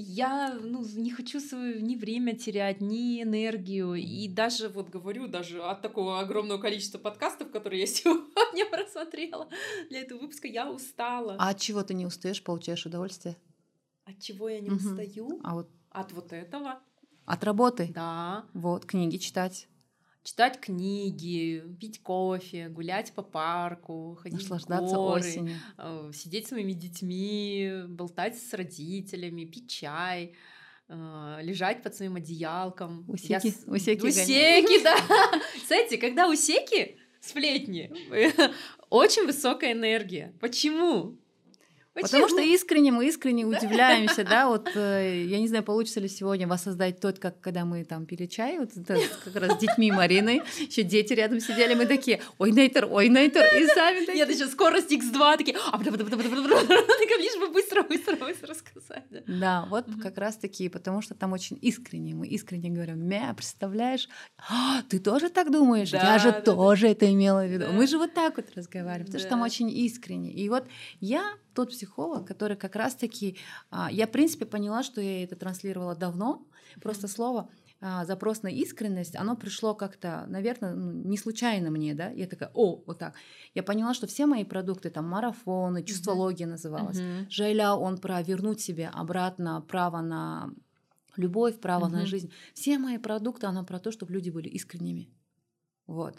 я ну не хочу свое ни время терять, ни энергию, и даже вот говорю, даже от такого огромного количества подкастов, которые я сегодня просмотрела для этого выпуска, я устала. А от чего ты не устаешь, получаешь удовольствие? От чего я не Мгм. устаю? А вот От вот этого, от работы? да. Вот, книги читать, Читать книги, пить кофе, гулять по парку, ходить в наслаждаться горы, осенью. э, сидеть с своими детьми, болтать с родителями, пить чай, э, лежать под своим одеялком. Я Усеки, с- усеки гонять. Усеки, да. Кстати, когда усеки, сплетни, очень высокая энергия. Почему? Потому что Почему? искренне мы искренне удивляемся, да, вот э, я не знаю, получится ли сегодня воссоздать тот, как когда мы там пили чай, вот это с- как раз с детьми Марины, еще дети рядом сидели, мы такие, ой, Нейтер, ой, Нейтер, и сами такие. Нет, еще скорость икс два, такие, а бля, бля, бля, бля, бля, бля, такая, лишь бы быстро, быстро, быстро сказать. Да. Да, вот Мгм. как раз таки, потому что там очень искренне, мы искренне говорим, мя, представляешь, «А, ты тоже так думаешь? Я Да, же да, да. тоже это имела в виду. Да. Мы же вот так вот разговариваем, потому что там Да. очень искренне. И вот я тот психолог, который как раз таки, а, я в принципе поняла, что я это транслировала давно, просто слово а, запрос на искренность, оно пришло как-то, наверное, ну, не случайно мне, да, я такая, о, вот так. Я поняла, что все мои продукты, там, марафоны, чувствология называлась, Мгм. Жайля, он про вернуть себе обратно право на любовь, право на Мгм. жизнь. Все мои продукты, оно про то, чтобы люди были искренними. Вот.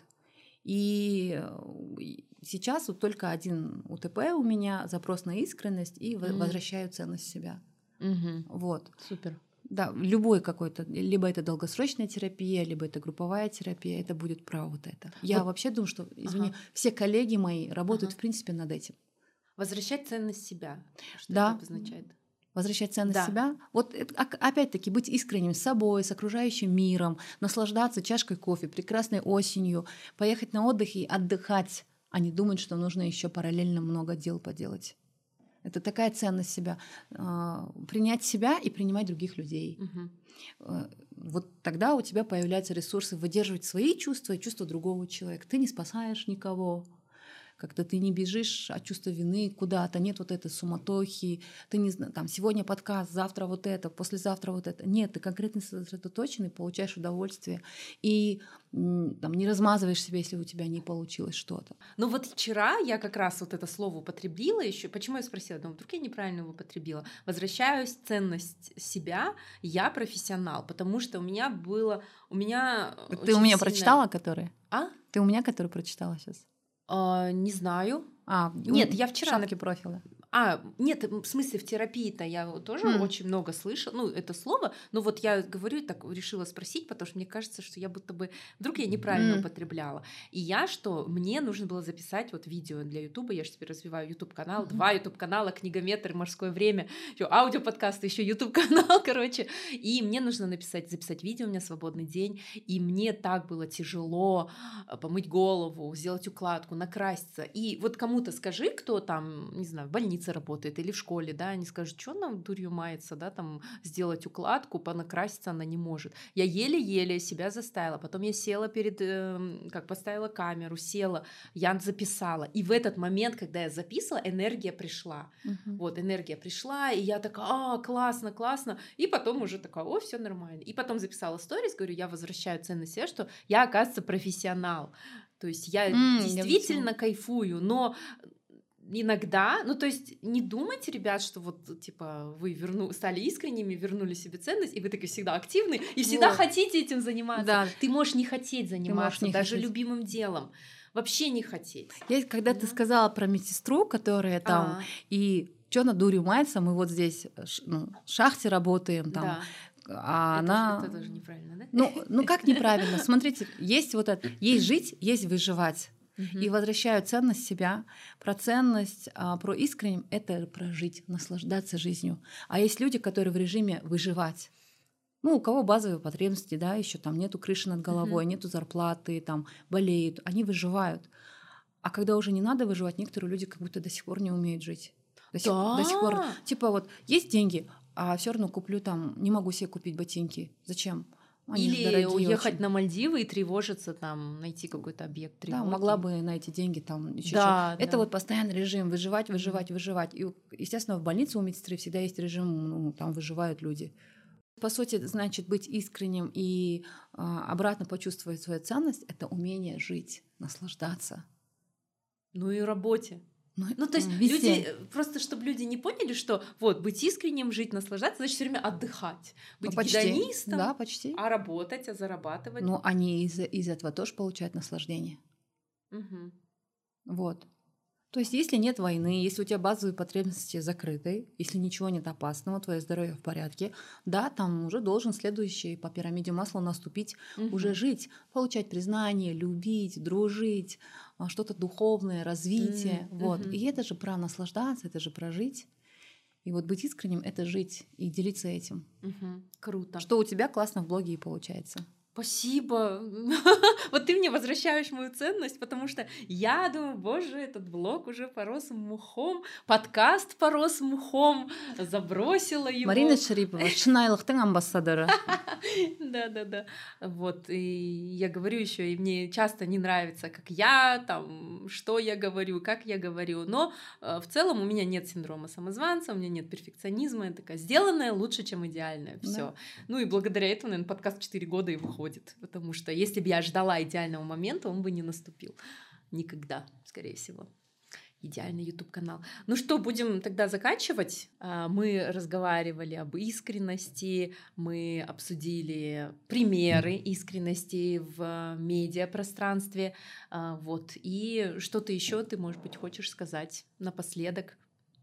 И э, и сейчас вот только один УТП у меня, запрос на искренность и во- М. возвращаю ценность себя. Мгм. Вот. Супер. Да, любой какой-то, либо это долгосрочная терапия, либо это групповая терапия, это будет про вот это. Я Вот. вообще думаю, что, извини, Ага. все коллеги мои работают, Ага. в принципе, над этим. Возвращать ценность себя. Что Да. это обозначает? Возвращать ценность Да. себя. Вот это, ок- опять-таки быть искренним с собой, с окружающим миром, наслаждаться чашкой кофе, прекрасной осенью, поехать на отдых и отдыхать, а не думать, что нужно еще параллельно много дел поделать. Это такая ценность себя. А, принять себя и принимать других людей. Мгм. Э, Вот тогда у тебя появляются ресурсы выдерживать свои чувства и чувства другого человека. Ты не спасаешь никого. Как-то ты не бежишь от чувства вины куда-то, нет вот этой суматохи, ты не знаешь, там, сегодня подкаст, завтра вот это, послезавтра вот это. Нет, ты конкретно сосредоточенный, получаешь удовольствие и м, там, не размазываешь себя, если у тебя не получилось что-то. Ну вот вчера я как раз вот это слово употребила еще. Почему я спросила? Думаю, вдруг я неправильно его употребила. Возвращаюсь ценность себя. Я профессионал, потому что у меня было, у меня Ты очень у меня сильное- прочитала, которые? А? Ты у меня, который прочитала сейчас? А, не знаю. А, Нет, у- я вчера в шапке профиля. А, нет, в смысле, в терапии-то я вот тоже М. очень много слышала, ну, это слово, но вот я говорю, так решила спросить, потому что мне кажется, что я будто бы, вдруг я неправильно М. употребляла. И я что, мне нужно было записать вот видео для Ютуба, я же теперь развиваю YouTube-канал, Мгм. два YouTube-канала, Книгометр, Морское время, еще аудиоподкасты, еще YouTube-канал, короче. И мне нужно написать, записать видео, у меня свободный день, и мне так было тяжело а, помыть голову, сделать укладку, накраситься. И вот кому-то скажи, кто там, не знаю, в больнице больнице работает или в школе, да, они скажут, что нам дурью мается, да, там сделать укладку, понакраситься она не может. Я еле-еле себя заставила, потом я села перед, э, как поставила камеру, села, я записала. И в этот момент, когда я записывала, энергия пришла. Мгм. Вот, энергия пришла, и я такая, а, классно, классно. И потом уже такая, о, все нормально. И потом записала сторис, говорю, я возвращаю ценность себе, что я, оказывается, профессионал. То есть я М, я действительно видела. кайфую, но иногда, ну то есть не думайте, ребят, что вот типа вы верну, стали искренними, вернули себе ценность, и вы такие всегда активны, и всегда Вот. хотите этим заниматься. Да, Ты можешь не хотеть ты можешь заниматься не даже хотеть. любимым делом. Вообще не хотеть. Я, когда ты Понимаешь? сказала про медсестру, которая там, А, и что на дурью мается, мы вот здесь э, ш- ну, в шахте работаем, там, да. а Это, ж- она... это тоже неправильно, да? Ну, ну как неправильно? Смотрите, есть вот это, есть жить, есть выживать. И Мгм. возвращаю ценность себя. Про ценность, а, про искренним — это про жить, наслаждаться жизнью. А есть люди, которые в режиме выживать. Ну, у кого базовые потребности, да, еще там нету крыши над головой, Мгм. нету зарплаты, там болеют, они выживают. А когда уже не надо выживать, некоторые люди как будто до сих пор не умеют жить. До сих, до сих пор, Да. типа вот есть деньги, а все равно куплю там, не могу себе купить ботинки. Зачем? Они же Или дорогие уехать очень. на Мальдивы и тревожиться там, найти какой-то объект Да, могла тревоги. бы на эти деньги там еще что. Да, Это да. вот постоянный режим выживать, Мгм. выживать, выживать. И, естественно, в больнице у медсестры всегда есть режим, ну, там выживают люди. По сути, значит, быть искренним и а, обратно почувствовать свою ценность — это умение жить, наслаждаться. Ну и работе. Ну, Ну, то есть м, люди, везде. э, просто чтобы люди не поняли, что вот быть искренним, жить, наслаждаться, значит все время отдыхать, Ну, быть почти. гедонистом, Да, почти. а работать, а зарабатывать. Но они из, из этого тоже получают наслаждение. Мгм. Вот. То есть, если нет войны, если у тебя базовые потребности закрыты, если ничего нет опасного, твое здоровье в порядке, да, там уже должен следующий по пирамиде масла наступить, уже Мгм. жить, получать признание, любить, дружить, а, что-то духовное, развитие. М, Вот. мгм. И это же про наслаждаться, это же про жить. И вот быть искренним — это жить и делиться этим. Мгм. Круто. Что у тебя классно в блоге и получается. Спасибо. Вот ты мне возвращаешь мою ценность, потому что я думаю, боже, этот блог уже порос мухом, подкаст порос мухом, забросила Марина его. Шарипова, шынайылықтың амбассадоры. Да-да-да. Вот, и я говорю еще, и мне часто не нравится, как я там, что я говорю, как я говорю, но э, в целом у меня нет синдрома самозванца, у меня нет перфекционизма, я такая, сделанное лучше, чем идеальное, Да. все. Ну и благодаря этому, наверное, подкаст четыре года и выходит, потому что если бы я ждала идеального момента, он бы не наступил никогда, скорее всего. Идеальный YouTube-канал. Ну что, будем тогда заканчивать. А, Мы разговаривали об искренности, мы обсудили примеры искренности в медиапространстве. А, Вот. И что-то еще ты, может быть, хочешь сказать напоследок?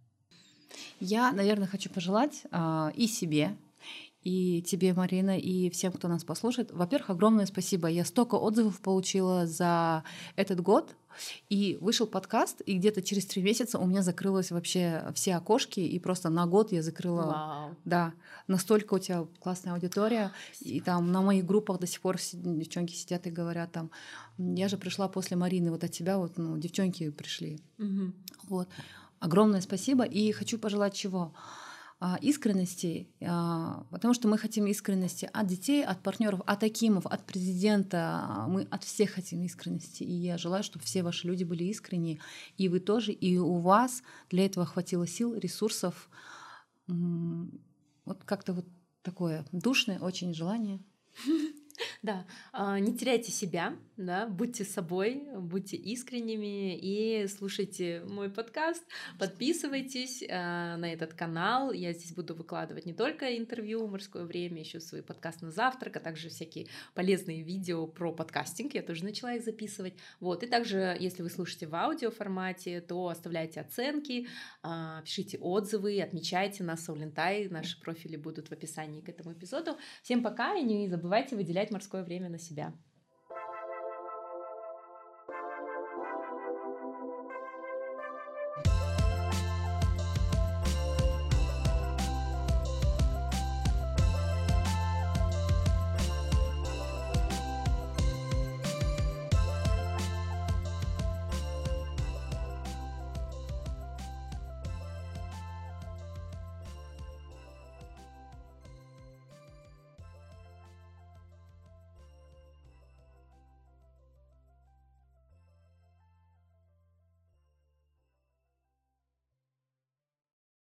Я, наверное, хочу пожелать а, и себе, и тебе, Марина, и всем, кто нас послушает. Во-первых, огромное спасибо. Я столько отзывов получила за этот год. И вышел подкаст, и где-то через три месяца у меня закрылось вообще все окошки, и просто на год я закрыла. Вау. Да, настолько у тебя классная аудитория. И там на моих группах до сих пор си- девчонки сидят и говорят там, я же пришла после Марины, вот от тебя вот, ну, девчонки пришли. Мгм. Вот. Огромное спасибо. И хочу пожелать чего? А, искренности, а, потому что мы хотим искренности от детей, от партнеров, от акимов, от президента. А, Мы от всех хотим искренности. И я желаю, чтобы все ваши люди были искренние. И вы тоже, и у вас для этого хватило сил, ресурсов. М, Вот как-то вот такое душное очень желание. Да, а, не теряйте себя, да, будьте собой, будьте искренними и слушайте мой подкаст, подписывайтесь а, на этот канал. Я здесь буду выкладывать не только интервью «Морское время», еще свой подкаст на завтрак, а также всякие полезные видео про подкастинг. Я тоже начала их записывать. Вот. И также, если вы слушаете в аудиоформате, то оставляйте оценки, а, пишите отзывы, отмечайте нас в Саулентай. Наши профили будут в описании к этому эпизоду. Всем пока и не забывайте выделять морское время на себя.